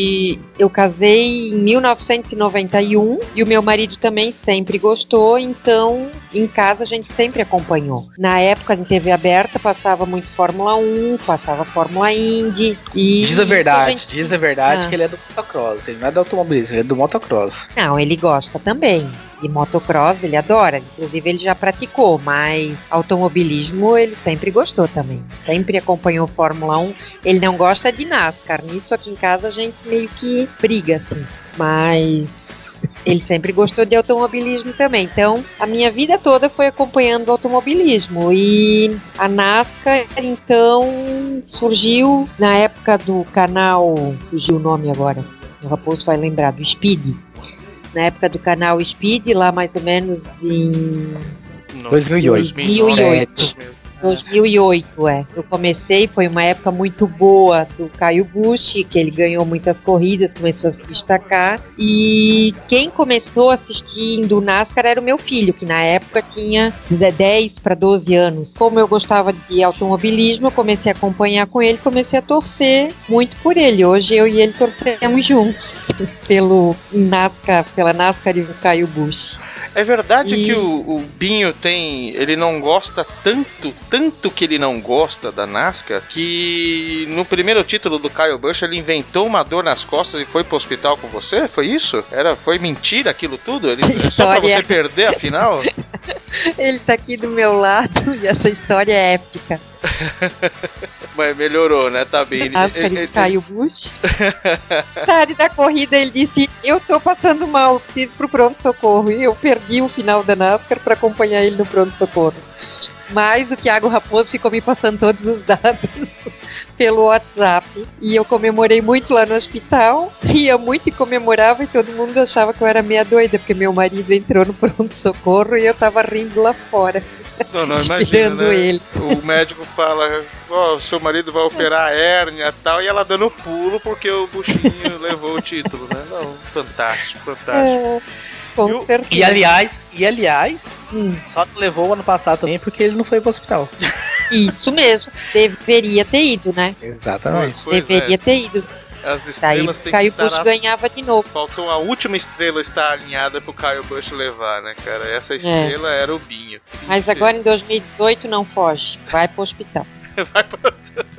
S5: E eu casei em mil novecentos e noventa e um e o meu marido também sempre gostou, então em casa a gente sempre acompanhou. Na época em T V aberta passava muito Fórmula um, passava Fórmula Indy. E
S6: diz a verdade, a gente...
S5: diz
S6: a verdade ah. que ele é do motocross, ele não é do automobilismo, ele é do motocross.
S5: Não, ele gosta também. De motocross ele adora, inclusive ele já praticou, mas automobilismo ele sempre gostou também. Sempre acompanhou Fórmula um. Ele não gosta de NASCAR, nisso aqui em casa a gente meio que briga, assim. Mas ele sempre gostou de automobilismo também. Então, a minha vida toda foi acompanhando o automobilismo. E a NASCAR, então, surgiu na época do canal... Fugiu o nome agora. O Raposo vai lembrar, do Speed. Na época do canal Speed, lá mais ou menos em...
S6: dois mil e oito.
S5: dois mil e oito. dois mil e oito, é. Eu comecei, foi uma época muito boa do Caio Busch, que ele ganhou muitas corridas, começou a se destacar. E quem começou assistindo NASCAR era o meu filho, que na época tinha dez para doze anos. Como eu gostava de automobilismo, eu comecei a acompanhar com ele, comecei a torcer muito por ele. Hoje eu e ele torcemos juntos pelo NASCAR, pela NASCAR e o Caio Busch.
S3: É verdade
S5: e...
S3: que o, o Binho tem... Ele não gosta tanto, tanto que ele não gosta da NASCAR, que no primeiro título do Kyle Busch ele inventou uma dor nas costas e foi pro hospital com você? Foi isso? Era, foi mentira aquilo tudo? Ele, só pra você perder a final?
S5: Ele tá aqui do meu lado e essa história é épica.
S3: Mas melhorou, né? Tá bem.
S5: Ah, ele, ele caiu o Bush. Tarde da corrida ele disse: eu tô passando mal, preciso pro pronto-socorro. E eu perdi o final da NASCAR pra acompanhar ele no pronto-socorro. Mas o Thiago Raposo ficou me passando todos os dados pelo WhatsApp. E eu comemorei muito lá no hospital. Ria muito e comemorava e todo mundo achava que eu era meia doida, porque meu marido entrou no pronto-socorro e eu tava rindo lá fora.
S3: Não, não, imagina, né?
S5: Ele.
S3: O médico fala, ó, oh, seu marido vai operar a hérnia e tal, e ela dando pulo porque o buchinho levou o título, né? Não, fantástico, fantástico. É,
S5: com
S3: e,
S5: certeza.
S6: E aliás, e aliás,
S5: hum.
S6: só que levou o ano passado também porque ele não foi pro hospital.
S5: Isso mesmo, deveria ter ido, né?
S6: Exatamente.
S3: Pois
S5: deveria
S3: é.
S5: ter ido.
S3: As estrelas têm que
S5: Caio
S3: estar
S5: Bush
S3: na...
S5: ganhava de novo.
S3: Faltou a última estrela estar alinhada pro Caio Bush levar, né, cara? Essa estrela é. era o Binho.
S5: Mas
S3: Enfim.
S5: agora em dois mil e dezoito não foge. Vai pro hospital.
S3: Vai pro...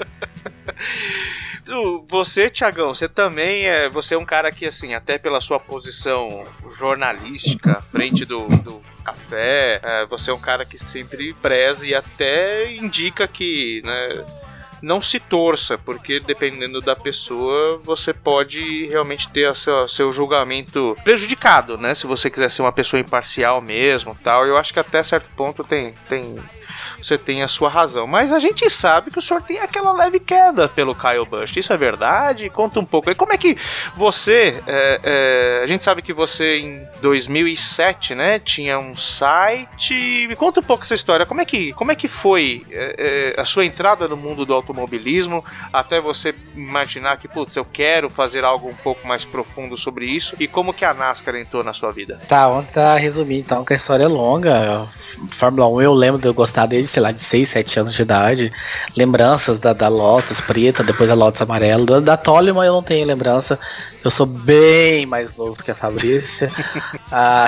S3: Você, Thiagão, você também é... Você é um cara que, assim, até pela sua posição jornalística à frente do... do... café, é, você é um cara que sempre preza e até indica que, né, não se torça, porque dependendo da pessoa, você pode realmente ter o seu, seu julgamento prejudicado, né, se você quiser ser uma pessoa imparcial mesmo, tal. Eu acho que até certo ponto tem... tem você tem a sua razão, mas a gente sabe que o senhor tem aquela leve queda pelo Kyle Busch, isso é verdade? Conta um pouco aí, como é que você, é, é, a gente sabe que você em dois mil e sete, né, tinha um site, me conta um pouco essa história, como é que, como é que foi é, é, a sua entrada no mundo do automobilismo, até você imaginar que, putz, eu quero fazer algo um pouco mais profundo sobre isso, e como que a NASCAR entrou na sua vida?
S6: Tá, vamos tentar resumir então, que a história é longa. Fórmula um eu lembro de eu gostar dele, sei lá, de seis, sete anos de idade. Lembranças da, da Lotus preta, depois da Lotus amarela. Da, da Toleman eu não tenho lembrança. Eu sou bem mais novo que a Fabrícia. ah,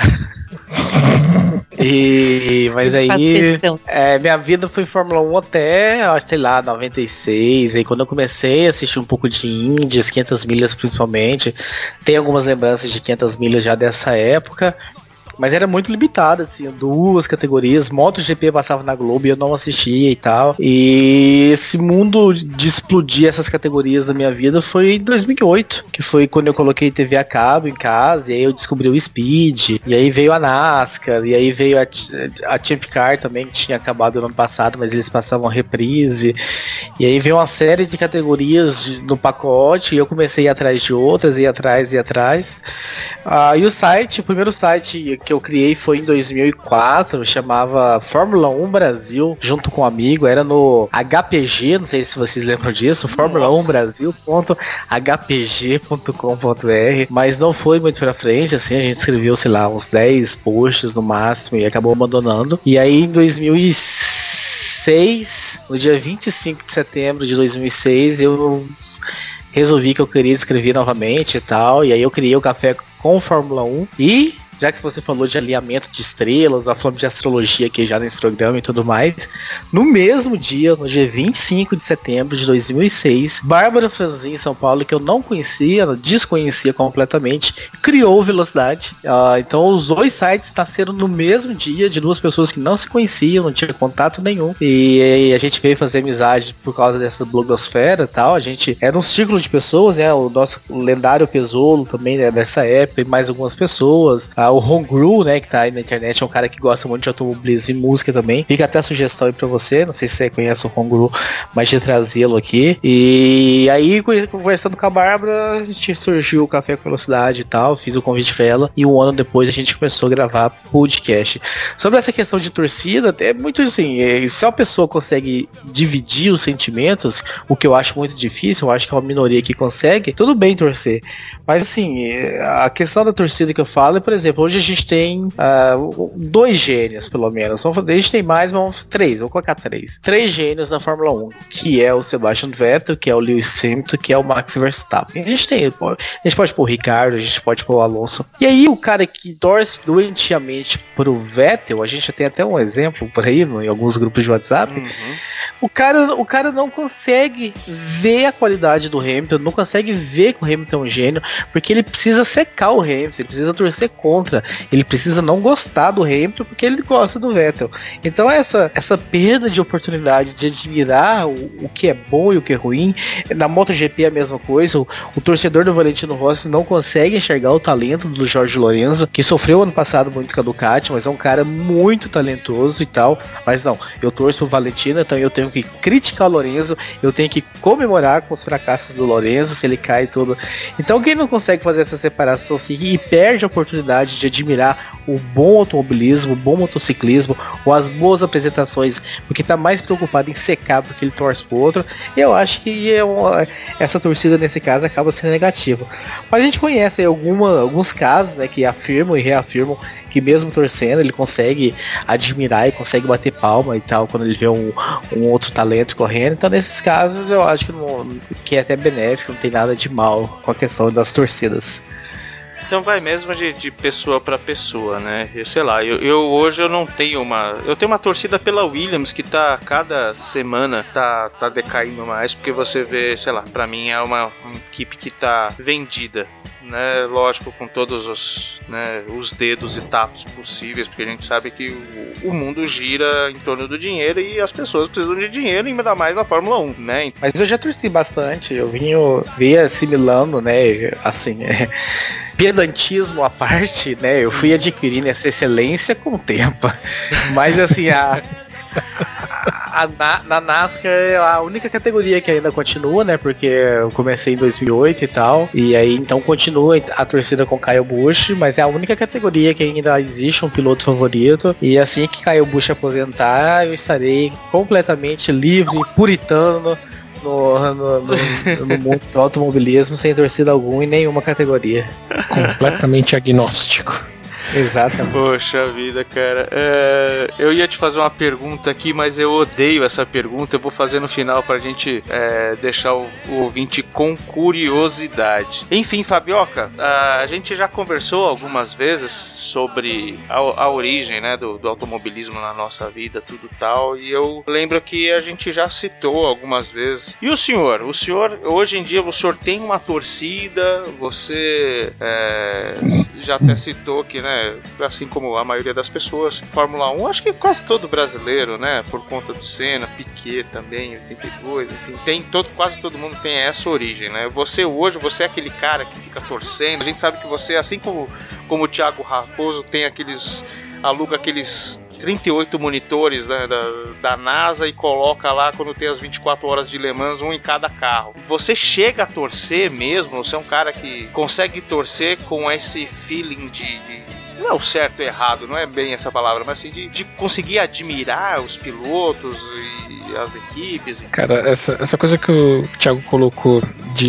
S6: e, mas aí é, minha vida foi Fórmula um até, sei lá, noventa e seis. Aí quando eu comecei a assistir um pouco de Índias, quinhentas milhas principalmente, tem algumas lembranças de quinhentas milhas já dessa época. Mas era muito limitado, assim, duas categorias. MotoGP passava na Globo e eu não assistia e tal. E esse mundo de explodir essas categorias da minha vida foi em dois mil e oito, que foi quando eu coloquei T V a cabo em casa, e aí eu descobri o Speed, e aí veio a NASCAR, e aí veio a, a Champ Car também, que tinha acabado no ano passado, mas eles passavam reprise. E aí veio uma série de categorias de, no pacote, e eu comecei a ir atrás de outras, ir atrás, ir atrás. Ah, e o site, o primeiro site que eu criei foi em dois mil e quatro, chamava Fórmula um Brasil, junto com um amigo, era no H P G, não sei se vocês lembram disso, Fórmula um Brasil ponto h p g ponto com ponto b r, mas não foi muito pra frente, assim, a gente escreveu, sei lá, uns dez posts no máximo e acabou abandonando. E aí em dois mil e seis, no dia vinte e cinco de setembro de dois mil e seis, eu resolvi que eu queria escrever novamente e tal, e aí eu criei o Café com Fórmula um e... já que você falou de alinhamento de estrelas, a forma de astrologia aqui já nesse programa e tudo mais, no mesmo dia, no dia vinte e cinco de setembro de dois mil e seis, Bárbara Franzin, em São Paulo, que eu não conhecia, desconhecia completamente, criou Velocidade. Uh, então os dois sites nasceram no mesmo dia, de duas pessoas que não se conheciam, não tinha contato nenhum, e a gente veio fazer amizade por causa dessa blogosfera e tal. A gente era um círculo de pessoas, né? O nosso lendário Pesolo também, né, dessa época, e mais algumas pessoas. Uh, o Hongru, né, que tá aí na internet, é um cara que gosta muito de automobilismo e música também. Fica até a sugestão aí pra você, não sei se você conhece o Hongru, mas de trazê-lo aqui. E aí, conversando com a Bárbara, a gente surgiu o Café com Velocidade e tal, fiz o convite pra ela, e um ano depois a gente começou a gravar podcast. Sobre essa questão de torcida, é muito assim, se a pessoa consegue dividir os sentimentos, o que eu acho muito difícil, eu acho que é uma minoria que consegue, tudo bem torcer. Mas assim, a questão da torcida que eu falo é, por exemplo, hoje a gente tem uh, dois gênios, pelo menos. A gente tem mais, mas três, vou colocar três. Três gênios na Fórmula um, que é o Sebastian Vettel, que é o Lewis Hamilton, que é o Max Verstappen. A gente tem, a gente pode pôr o Ricardo, a gente pode pôr o Alonso. E aí o cara que torce doentiamente pro Vettel, a gente tem até um exemplo por aí, no, em alguns grupos de WhatsApp, uhum. O cara, o cara não consegue ver a qualidade do Hamilton, não consegue ver que o Hamilton é um gênio, porque ele precisa secar o Hamilton, ele precisa torcer contra, ele precisa não gostar do Hamilton porque ele gosta do Vettel. Então essa, essa perda de oportunidade de admirar o, o que é bom e o que é ruim, na MotoGP é a mesma coisa, o, o torcedor do Valentino Rossi não consegue enxergar o talento do Jorge Lorenzo, que sofreu ano passado muito com a Ducati, mas é um cara muito talentoso e tal, mas não, eu torço pro Valentino, então eu tenho que criticar o Lorenzo, eu tenho que comemorar com os fracassos do Lorenzo, se ele cai e tudo. Então quem não consegue fazer essa separação assim, e perde a oportunidade de admirar o bom automobilismo, o bom motociclismo, ou as boas apresentações, porque tá mais preocupado em secar porque ele torce pro outro, eu acho que é uma, essa torcida nesse caso acaba sendo negativa. Mas a gente conhece aí alguma, alguns casos, né, que afirmam e reafirmam que mesmo torcendo ele consegue admirar e consegue bater palma e tal quando ele vê um, um outro talento correndo. Então nesses casos eu acho que, não, que é até benéfico, não tem nada de mal com a questão das torcidas.
S3: Então vai mesmo de, de pessoa para pessoa, né? Eu sei lá, eu, eu hoje eu não tenho uma... Eu tenho uma torcida pela Williams que tá, cada semana, tá, tá decaindo mais, porque você vê, sei lá, pra mim é uma, uma equipe que tá vendida, né? Lógico, com todos os, né, os dedos e tatos possíveis, porque a gente sabe que o, o mundo gira em torno do dinheiro e as pessoas precisam de dinheiro, ainda mais na Fórmula um, né?
S6: Mas eu já torci bastante, eu vim, eu vim assimilando, né, assim, é, pedantismo à parte, né, eu fui adquirindo essa excelência com o tempo, mas assim, a... A, na, na NASCAR é a única categoria que ainda continua, né? Porque eu comecei em dois mil e oito e tal. E aí então continua a torcida com Kyle Busch, mas é a única categoria que ainda existe um piloto favorito. E assim que Kyle Busch aposentar, eu estarei completamente livre, puritano no, no, no, no mundo do automobilismo, sem torcida alguma em nenhuma categoria.
S4: Completamente agnóstico.
S6: Exatamente.
S3: Poxa vida, cara. É, eu ia te fazer uma pergunta aqui, mas eu odeio essa pergunta. Eu vou fazer no final pra gente é, deixar o, o ouvinte com curiosidade. Enfim, Fabioca, a gente já conversou algumas vezes sobre a, a origem, né, do, do automobilismo na nossa vida, tudo tal. E eu lembro que a gente já citou algumas vezes. E o senhor? O senhor, hoje em dia, o senhor tem uma torcida, você é, já até citou que, né, assim como a maioria das pessoas, Fórmula um, acho que quase todo brasileiro, né, por conta do Senna, Piquet também, oitenta e dois, enfim, tem todo, quase todo mundo tem essa origem, né? Você hoje, você é aquele cara que fica torcendo, a gente sabe que você, assim como, como o Thiago Raposo tem aqueles, aluga aqueles trinta e oito monitores, né, da, da NASA e coloca lá quando tem as vinte e quatro horas de Le Mans, um em cada carro. Você chega a torcer mesmo? Você é um cara que consegue torcer com esse feeling de... de não é o certo e errado, não é bem essa palavra, mas assim, de, de conseguir admirar os pilotos e as equipes.
S4: Cara, essa, essa coisa que o Thiago colocou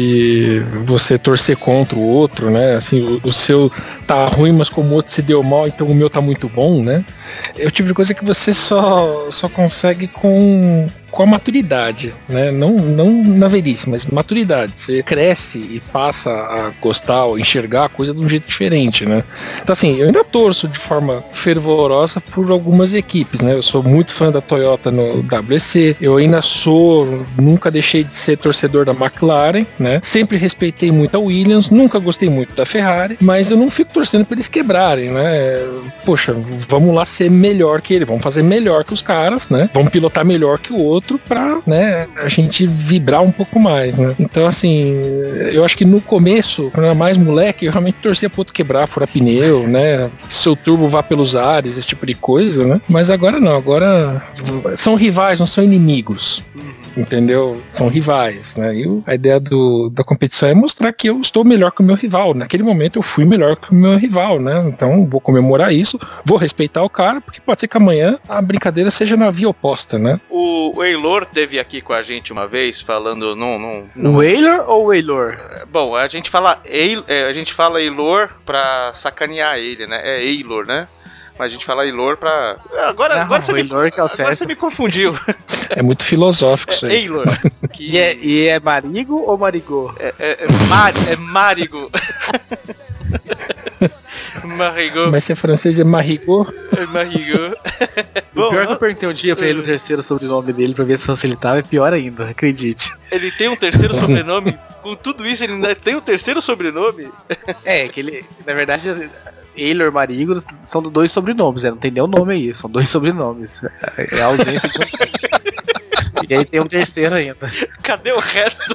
S4: de você torcer contra o outro, né? Assim, o, o seu tá ruim, mas como o outro se deu mal, então o meu tá muito bom, né? É o tipo de coisa que você só, só consegue com, com a maturidade, né? Não, não na velhice, mas maturidade. Você cresce e passa a gostar ou enxergar a coisa de um jeito diferente, né? Então assim, eu ainda torço de forma fervorosa por algumas equipes, né? Eu sou muito fã da Toyota no W E C, eu ainda sou, nunca deixei de ser torcedor da McLaren, né? Sempre respeitei muito a Williams, nunca gostei muito da Ferrari, mas eu não fico torcendo pra eles quebrarem, né? Poxa, vamos lá ser melhor que ele, vamos fazer melhor que os caras, né? Vamos pilotar melhor que o outro pra, né, a gente vibrar um pouco mais, né? Então, assim, eu acho que no começo, quando eu era mais moleque, eu realmente torcia pro outro quebrar, furar pneu, né? Que seu turbo vá pelos ares, esse tipo de coisa, né? Mas agora não, agora são rivais, não são inimigos. Entendeu? São rivais, né? E a ideia do, da competição é mostrar que eu estou melhor que o meu rival. Naquele momento eu fui melhor que o meu rival, né? Então vou comemorar isso, vou respeitar o cara, porque pode ser que amanhã a brincadeira seja na via oposta, né?
S3: O, o Eilor esteve aqui com a gente uma vez falando num... num, num...
S6: O Eilor ou o Eilor?
S3: Bom, a gente fala Eil, é, a gente fala Eilor pra sacanear ele, né? É Eilor, né? Mas a gente fala Eilor pra... Agora,
S6: Não,
S3: agora, você, me,
S6: Eilor que é o
S3: agora
S6: certo.
S3: você me confundiu.
S4: É muito filosófico isso
S3: É
S4: aí.
S3: Eilor. Que...
S6: E, é, e é Marigo ou Marigô?
S3: É, é, é, Mar, é Marigo. Marigot.
S4: Mas se é francês é Marigot.
S3: É Marigot.
S6: O pior é que eu perguntei um dia pra ele o terceiro sobrenome dele pra ver se facilitava, é pior ainda, acredite.
S3: Ele tem um terceiro sobrenome? Com tudo isso, ele ainda tem um terceiro sobrenome?
S6: É, que ele, na verdade, ele e o Marigo são dois sobrenomes, né? Não tem nem o nome aí, são dois sobrenomes. É a ausência de um. E aí tem um terceiro ainda.
S3: Cadê o resto?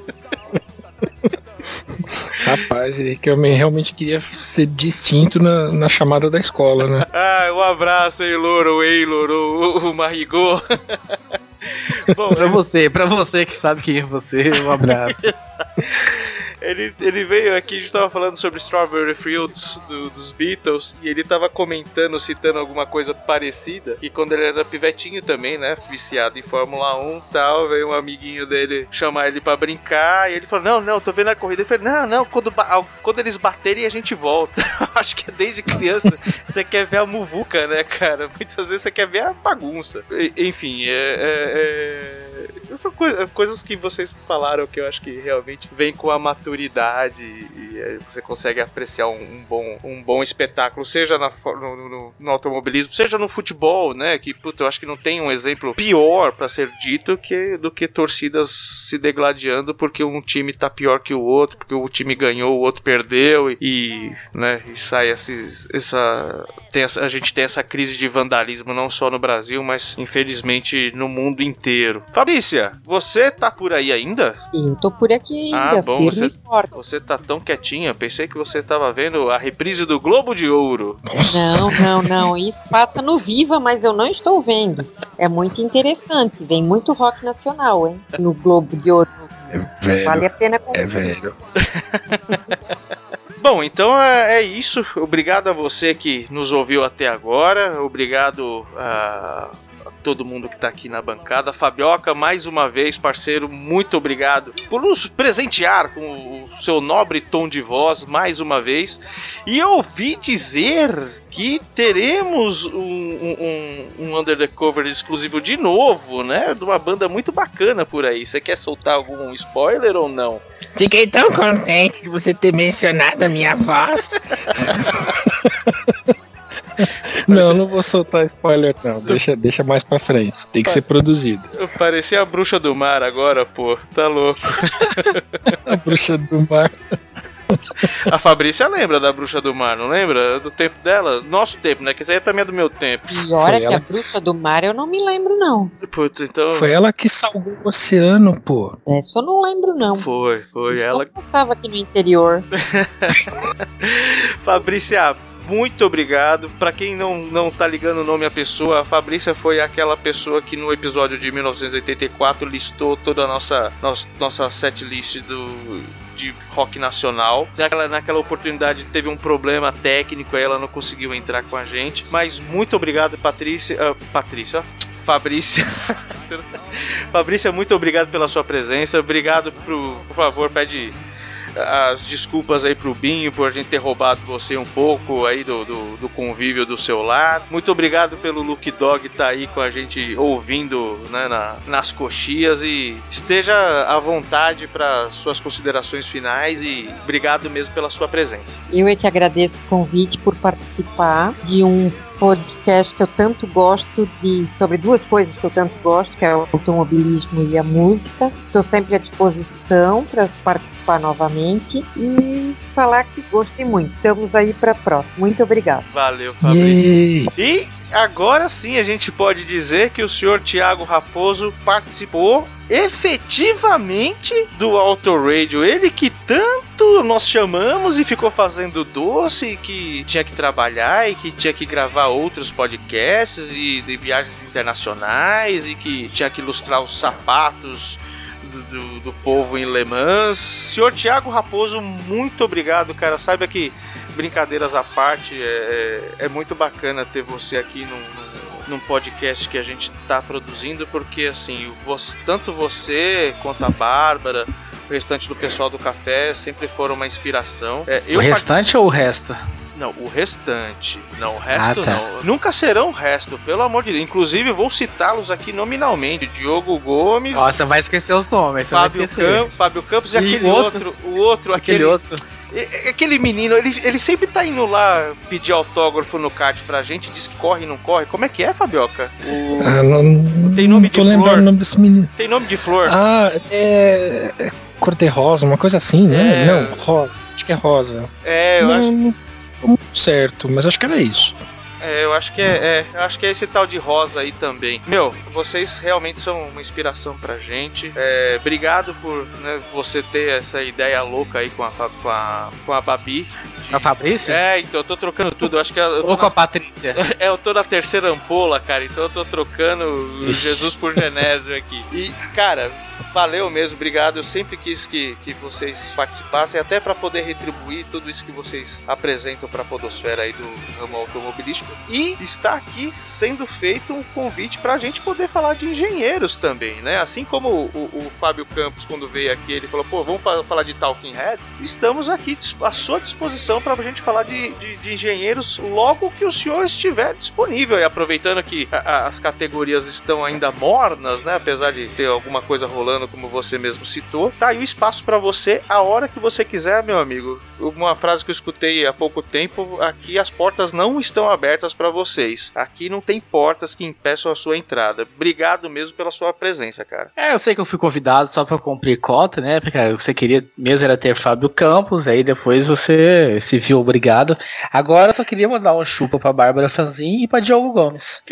S4: Rapaz, ele que eu realmente queria ser distinto na, na chamada da escola, né?
S3: Ah, um abraço aí, Louro, Eilor, o, o Marigot.
S6: Bom, pra você, pra você que sabe quem é você, um abraço.
S3: Ele, ele veio aqui, a gente tava falando sobre Strawberry Fields do, dos Beatles, e ele tava comentando, citando alguma coisa parecida, que quando ele era pivetinho também, né, viciado em Fórmula um e tal, veio um amiguinho dele chamar ele pra brincar, e ele falou, não, não, tô vendo a corrida. Ele falou, não, não, quando, quando eles baterem a gente volta. Acho que desde criança você quer ver a muvuca, né, cara? Muitas vezes você quer ver a bagunça. E, enfim, é... é, é... são coi- coisas que vocês falaram que eu acho que realmente vem com a maturidade e aí você consegue apreciar um, um, bom, um bom espetáculo, seja na, no, no, no automobilismo, seja no futebol, né, que puta, eu acho que não tem um exemplo pior pra ser dito que, do que torcidas se degladiando porque um time tá pior que o outro, porque o time ganhou, o outro perdeu e, e né, e sai esses, essa, tem essa, a gente tem essa crise de vandalismo não só no Brasil, mas infelizmente no mundo inteiro. Fabrícia, você tá por aí ainda?
S5: Eu tô por aqui ainda,
S3: Ah, bom,
S5: firme
S3: você,
S5: e forte.
S3: você tá tão quietinha, pensei que você tava vendo a reprise do Globo de Ouro.
S5: Não, não, não. Isso passa no Viva, mas eu não estou vendo. É muito interessante. Vem muito rock nacional, hein? No Globo de Ouro.
S4: É velho.
S5: Vale a pena comprar.
S4: É velho.
S3: Bom, então é, é isso. Obrigado a você que nos ouviu até agora. Obrigado a, a todo mundo que tá aqui na bancada. Fabioca, mais uma vez, parceiro, muito obrigado por nos presentear com o seu nobre tom de voz, mais uma vez. E eu ouvi dizer que teremos um, um, um Under the Cover exclusivo de novo, né? De uma banda muito bacana por aí. Você quer soltar algum spoiler ou não?
S4: Fiquei tão contente de você ter mencionado a minha voz. Não, não vou soltar spoiler não, deixa, deixa mais pra frente, tem que ser produzido.
S3: Eu parecia a Bruxa do Mar agora, pô, tá louco.
S4: A Bruxa do Mar.
S3: A Fabrícia lembra da Bruxa do Mar, não lembra? Do tempo dela? Nosso tempo, né? Que isso aí também é do meu tempo.
S5: Pior é
S4: Foi
S5: que
S4: ela
S5: a
S4: que-
S5: Bruxa do Mar eu não me lembro, não.
S3: Putz, então...
S4: Foi ela que salvou o oceano, pô.
S5: Essa eu não lembro, não.
S3: Foi, foi ela.
S5: Eu estava aqui no interior.
S3: Fabrícia, muito obrigado. Pra quem não, não tá ligando o nome à pessoa, a Fabrícia foi aquela pessoa que no episódio de mil novecentos e oitenta e quatro listou toda a nossa, nossa, nossa setlist do... de rock nacional. Naquela, naquela oportunidade teve um problema técnico, aí ela não conseguiu entrar com a gente. Mas muito obrigado, Patrícia. Uh, Patrícia, ó. Fabrícia. Fabrícia, muito obrigado pela sua presença. Obrigado pro, por favor, pede as desculpas aí pro Binho por a gente ter roubado você um pouco aí do, do, do convívio do seu lar. Muito obrigado pelo Luke Dog estar aí com a gente ouvindo, né, na, nas coxias, e esteja à vontade para suas considerações finais e obrigado mesmo pela sua presença.
S5: Eu é que agradeço o convite por participar de um podcast que eu tanto gosto, de sobre duas coisas que eu tanto gosto, que é o automobilismo e a música. Estou sempre à disposição para participar novamente e falar que gostei muito. Estamos aí para a próxima. Muito obrigada.
S3: Valeu, Fabrício.
S4: Yay.
S3: E agora sim a gente pode dizer que o senhor Thiago Raposo participou efetivamente do Auto Radio. Ele que tanto nós chamamos e ficou fazendo doce, que tinha que trabalhar e que tinha que gravar outros podcasts e de viagens internacionais e que tinha que ilustrar os sapatos do, do, do povo em Le Mans. Senhor Thiago Raposo, muito obrigado, cara. Saiba que, brincadeiras à parte, é, é muito bacana ter você aqui num, num, num podcast que a gente está produzindo, porque assim, você, tanto você quanto a Bárbara, o restante do pessoal do café sempre foram uma inspiração. É, eu
S6: O restante part... ou o resto?
S3: Não, o restante. Não, o resto
S6: ah, tá.
S3: não. Nunca serão o resto, pelo amor de Deus. Inclusive, vou citá-los aqui nominalmente. Diogo Gomes.
S6: Nossa, vai esquecer os nomes.
S3: Fábio, Camp, Fábio Campos e, e aquele outro, outro. O outro,
S6: aquele, aquele outro.
S3: Aquele menino, ele, ele sempre tá indo lá pedir autógrafo no kart pra gente, diz que corre e não corre. Como é que é, Fabioca? O...
S4: Ah, não,
S3: Tem nome de
S4: tô
S3: flor?
S4: lembrando o nome desse menino.
S3: Tem nome de flor?
S4: Ah, é... é cor-de-rosa, uma coisa assim, né?
S3: É.
S4: Não, rosa. Acho que é rosa.
S3: É, eu
S4: não,
S3: acho...
S4: não tô muito certo, mas acho que era isso.
S3: É, eu acho que é, é, eu acho que é esse tal de rosa aí também. Meu, vocês realmente são uma inspiração pra gente. É, obrigado por, né, você ter essa ideia louca aí com a, com a, com a Babi.
S8: A Fabrícia?
S3: É, então eu tô trocando tudo. Eu acho que eu
S8: Ou com a Patrícia?
S3: É, eu tô na terceira ampola, cara. Então eu tô trocando o Jesus por Genésio aqui. E, cara, valeu mesmo, obrigado. Eu sempre quis que, que vocês participassem, até pra poder retribuir tudo isso que vocês apresentam pra podosfera aí do ramo automobilístico. E está aqui sendo feito um convite pra gente poder falar de engenheiros também, né? Assim como o, o, o Fábio Campos, quando veio aqui, ele falou, pô, vamos falar de Talking Heads. Estamos aqui à sua disposição pra gente falar de, de, de engenheiros logo que o senhor estiver disponível. E aproveitando que a, a, as categorias estão ainda mornas, né? Apesar de ter alguma coisa rolando, como você mesmo citou, tá aí o espaço pra você a hora que você quiser, meu amigo. Uma frase que eu escutei há pouco tempo, aqui as portas não estão abertas pra vocês. Aqui não tem portas que impeçam a sua entrada. Obrigado mesmo pela sua presença, cara.
S8: É, eu sei que eu fui convidado só pra cumprir cota, né? Porque você queria mesmo era ter Fábio Campos, aí depois você se viu obrigado. Agora eu só queria mandar um chupa pra Bárbara Franzin e pra Diogo Gomes.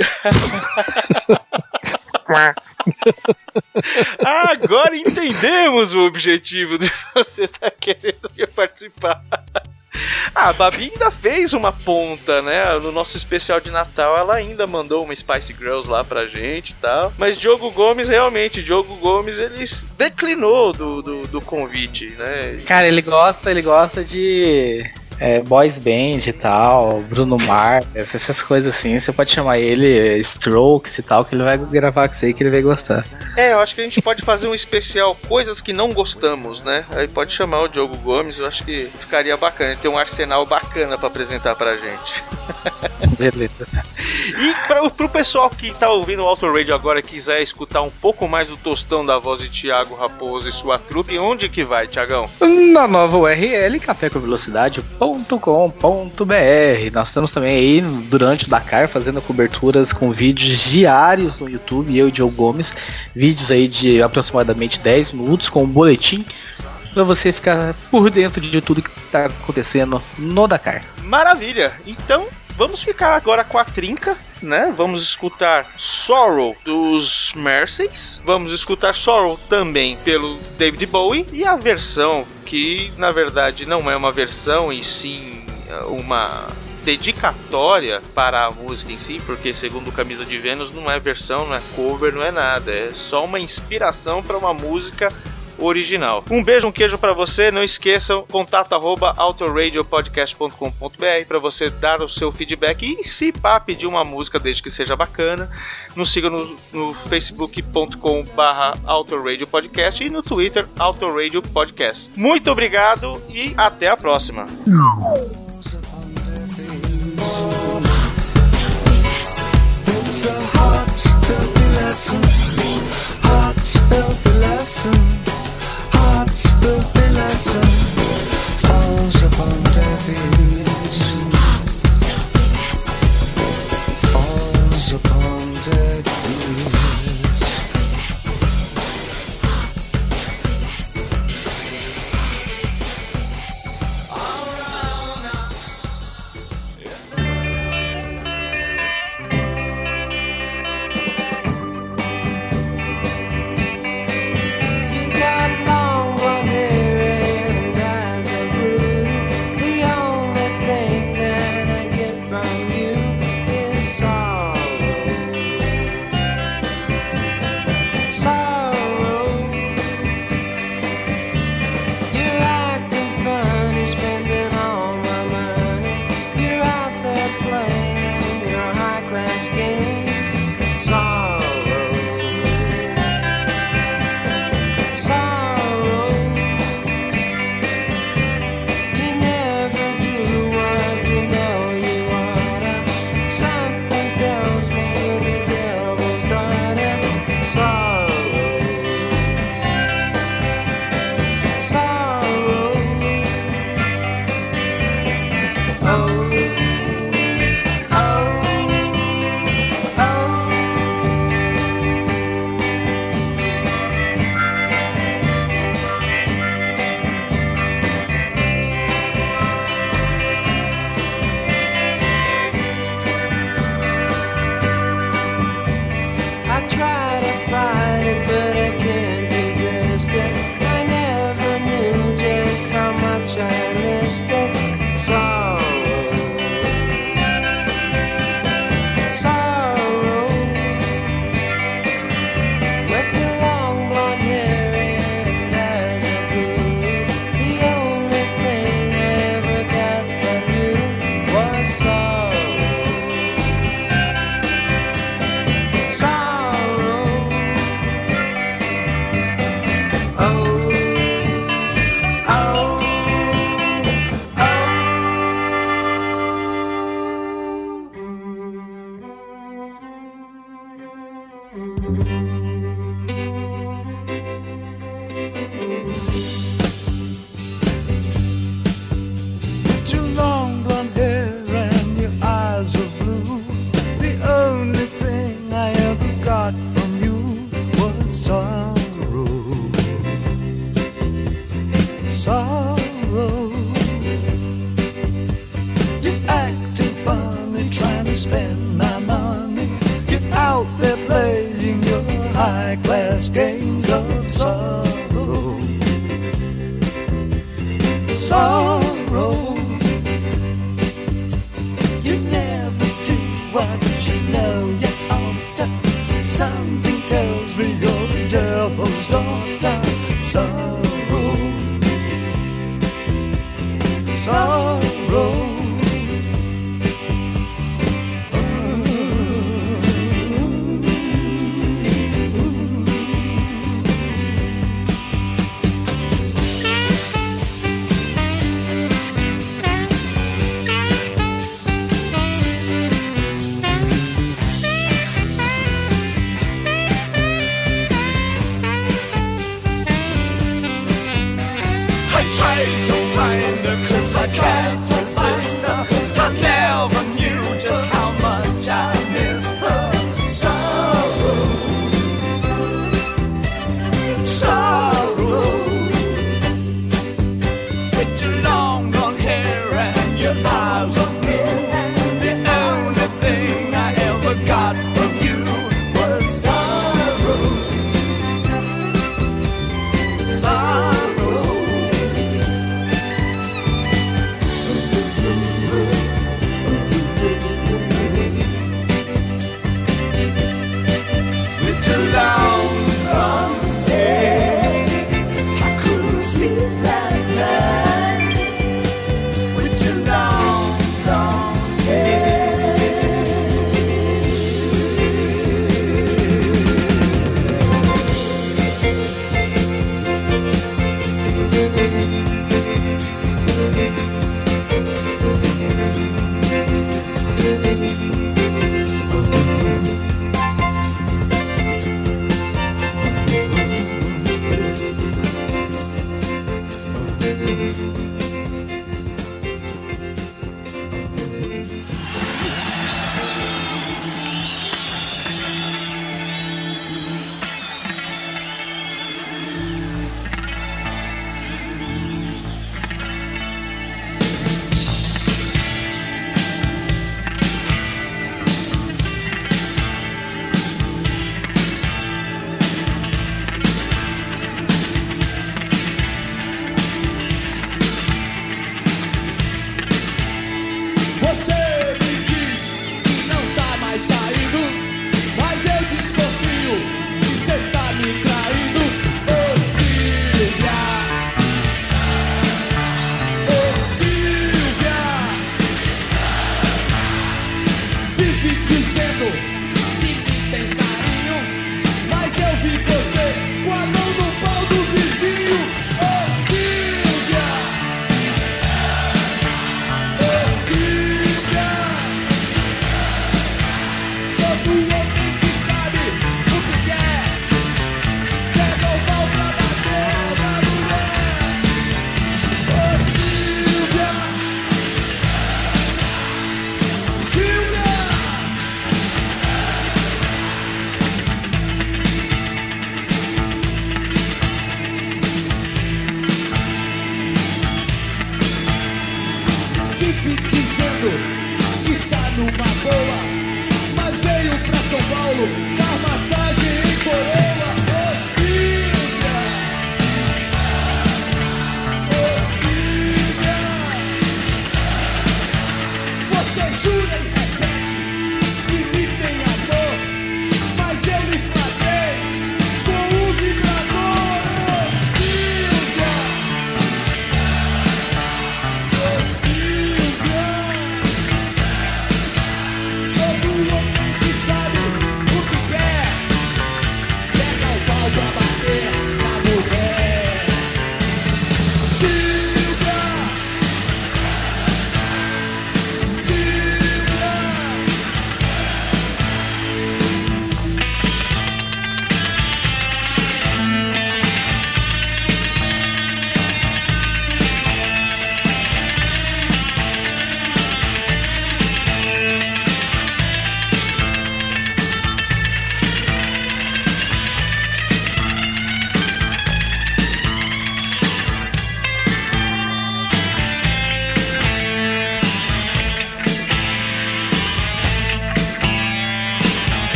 S3: Agora entendemos o objetivo de você estar tá querendo vir participar. Ah, a Babi ainda fez uma ponta, né? No nosso especial de Natal, ela ainda mandou uma Spice Girls lá pra gente e tal. Mas Diogo Gomes, realmente, Diogo Gomes, ele declinou do, do, do convite, né?
S8: Cara, ele gosta, ele gosta de... É, boys band e tal, Bruno Mars, essas coisas assim, você pode chamar ele Strokes e tal, que ele vai gravar com você aí, que ele vai gostar.
S3: É, eu acho que a gente pode fazer um especial coisas que não gostamos, né? Aí pode chamar o Diogo Gomes, eu acho que ficaria bacana, ele tem um arsenal bacana pra apresentar pra gente.
S8: Beleza.
S3: E pra, pro pessoal que tá ouvindo o Auto Radio agora e quiser escutar um pouco mais do tostão da voz de Thiago Raposo e sua trupe, onde que vai, Thiagão?
S8: Na nova U R L, café com velocidade ponto com ponto b r. Nós estamos também aí durante o Dakar fazendo coberturas com vídeos diários no YouTube, eu e Diogo Gomes, vídeos aí de aproximadamente dez minutos com um boletim para você ficar por dentro de tudo que está acontecendo no Dakar.
S3: Maravilha! Então vamos ficar agora com a trinca, né? Vamos escutar Sorrow dos Merceys, vamos escutar Sorrow também pelo David Bowie e a versão que na verdade não é uma versão e sim uma dedicatória para a música em si, porque segundo Camisa de Vênus não é versão, não é cover, não é nada, é só uma inspiração para uma música original. Um beijo, um queijo pra você. Não esqueçam, contato arroba autoradiopodcast ponto com ponto b r pra você dar o seu feedback e se pá, pedir uma música desde que seja bacana. Nos siga no, no facebook ponto com barra autoradiopodcast e no Twitter autoradiopodcast. Muito obrigado e até a próxima.
S9: Heart's filthy lesson falls upon deaf ears. Falls upon deaf ears. All around Your long blonde hair and your eyes are blue. The only thing I ever got from you was sorrow. Sorrow. You're acting funny, trying to spend my money. You're out there playing your high-class games of sorrow. Sorrow. You never do what you know you ought to. Something tells me you're the devil's daughter. Sorrow. Sorrow.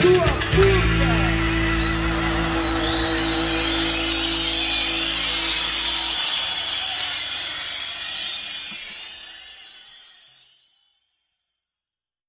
S2: sua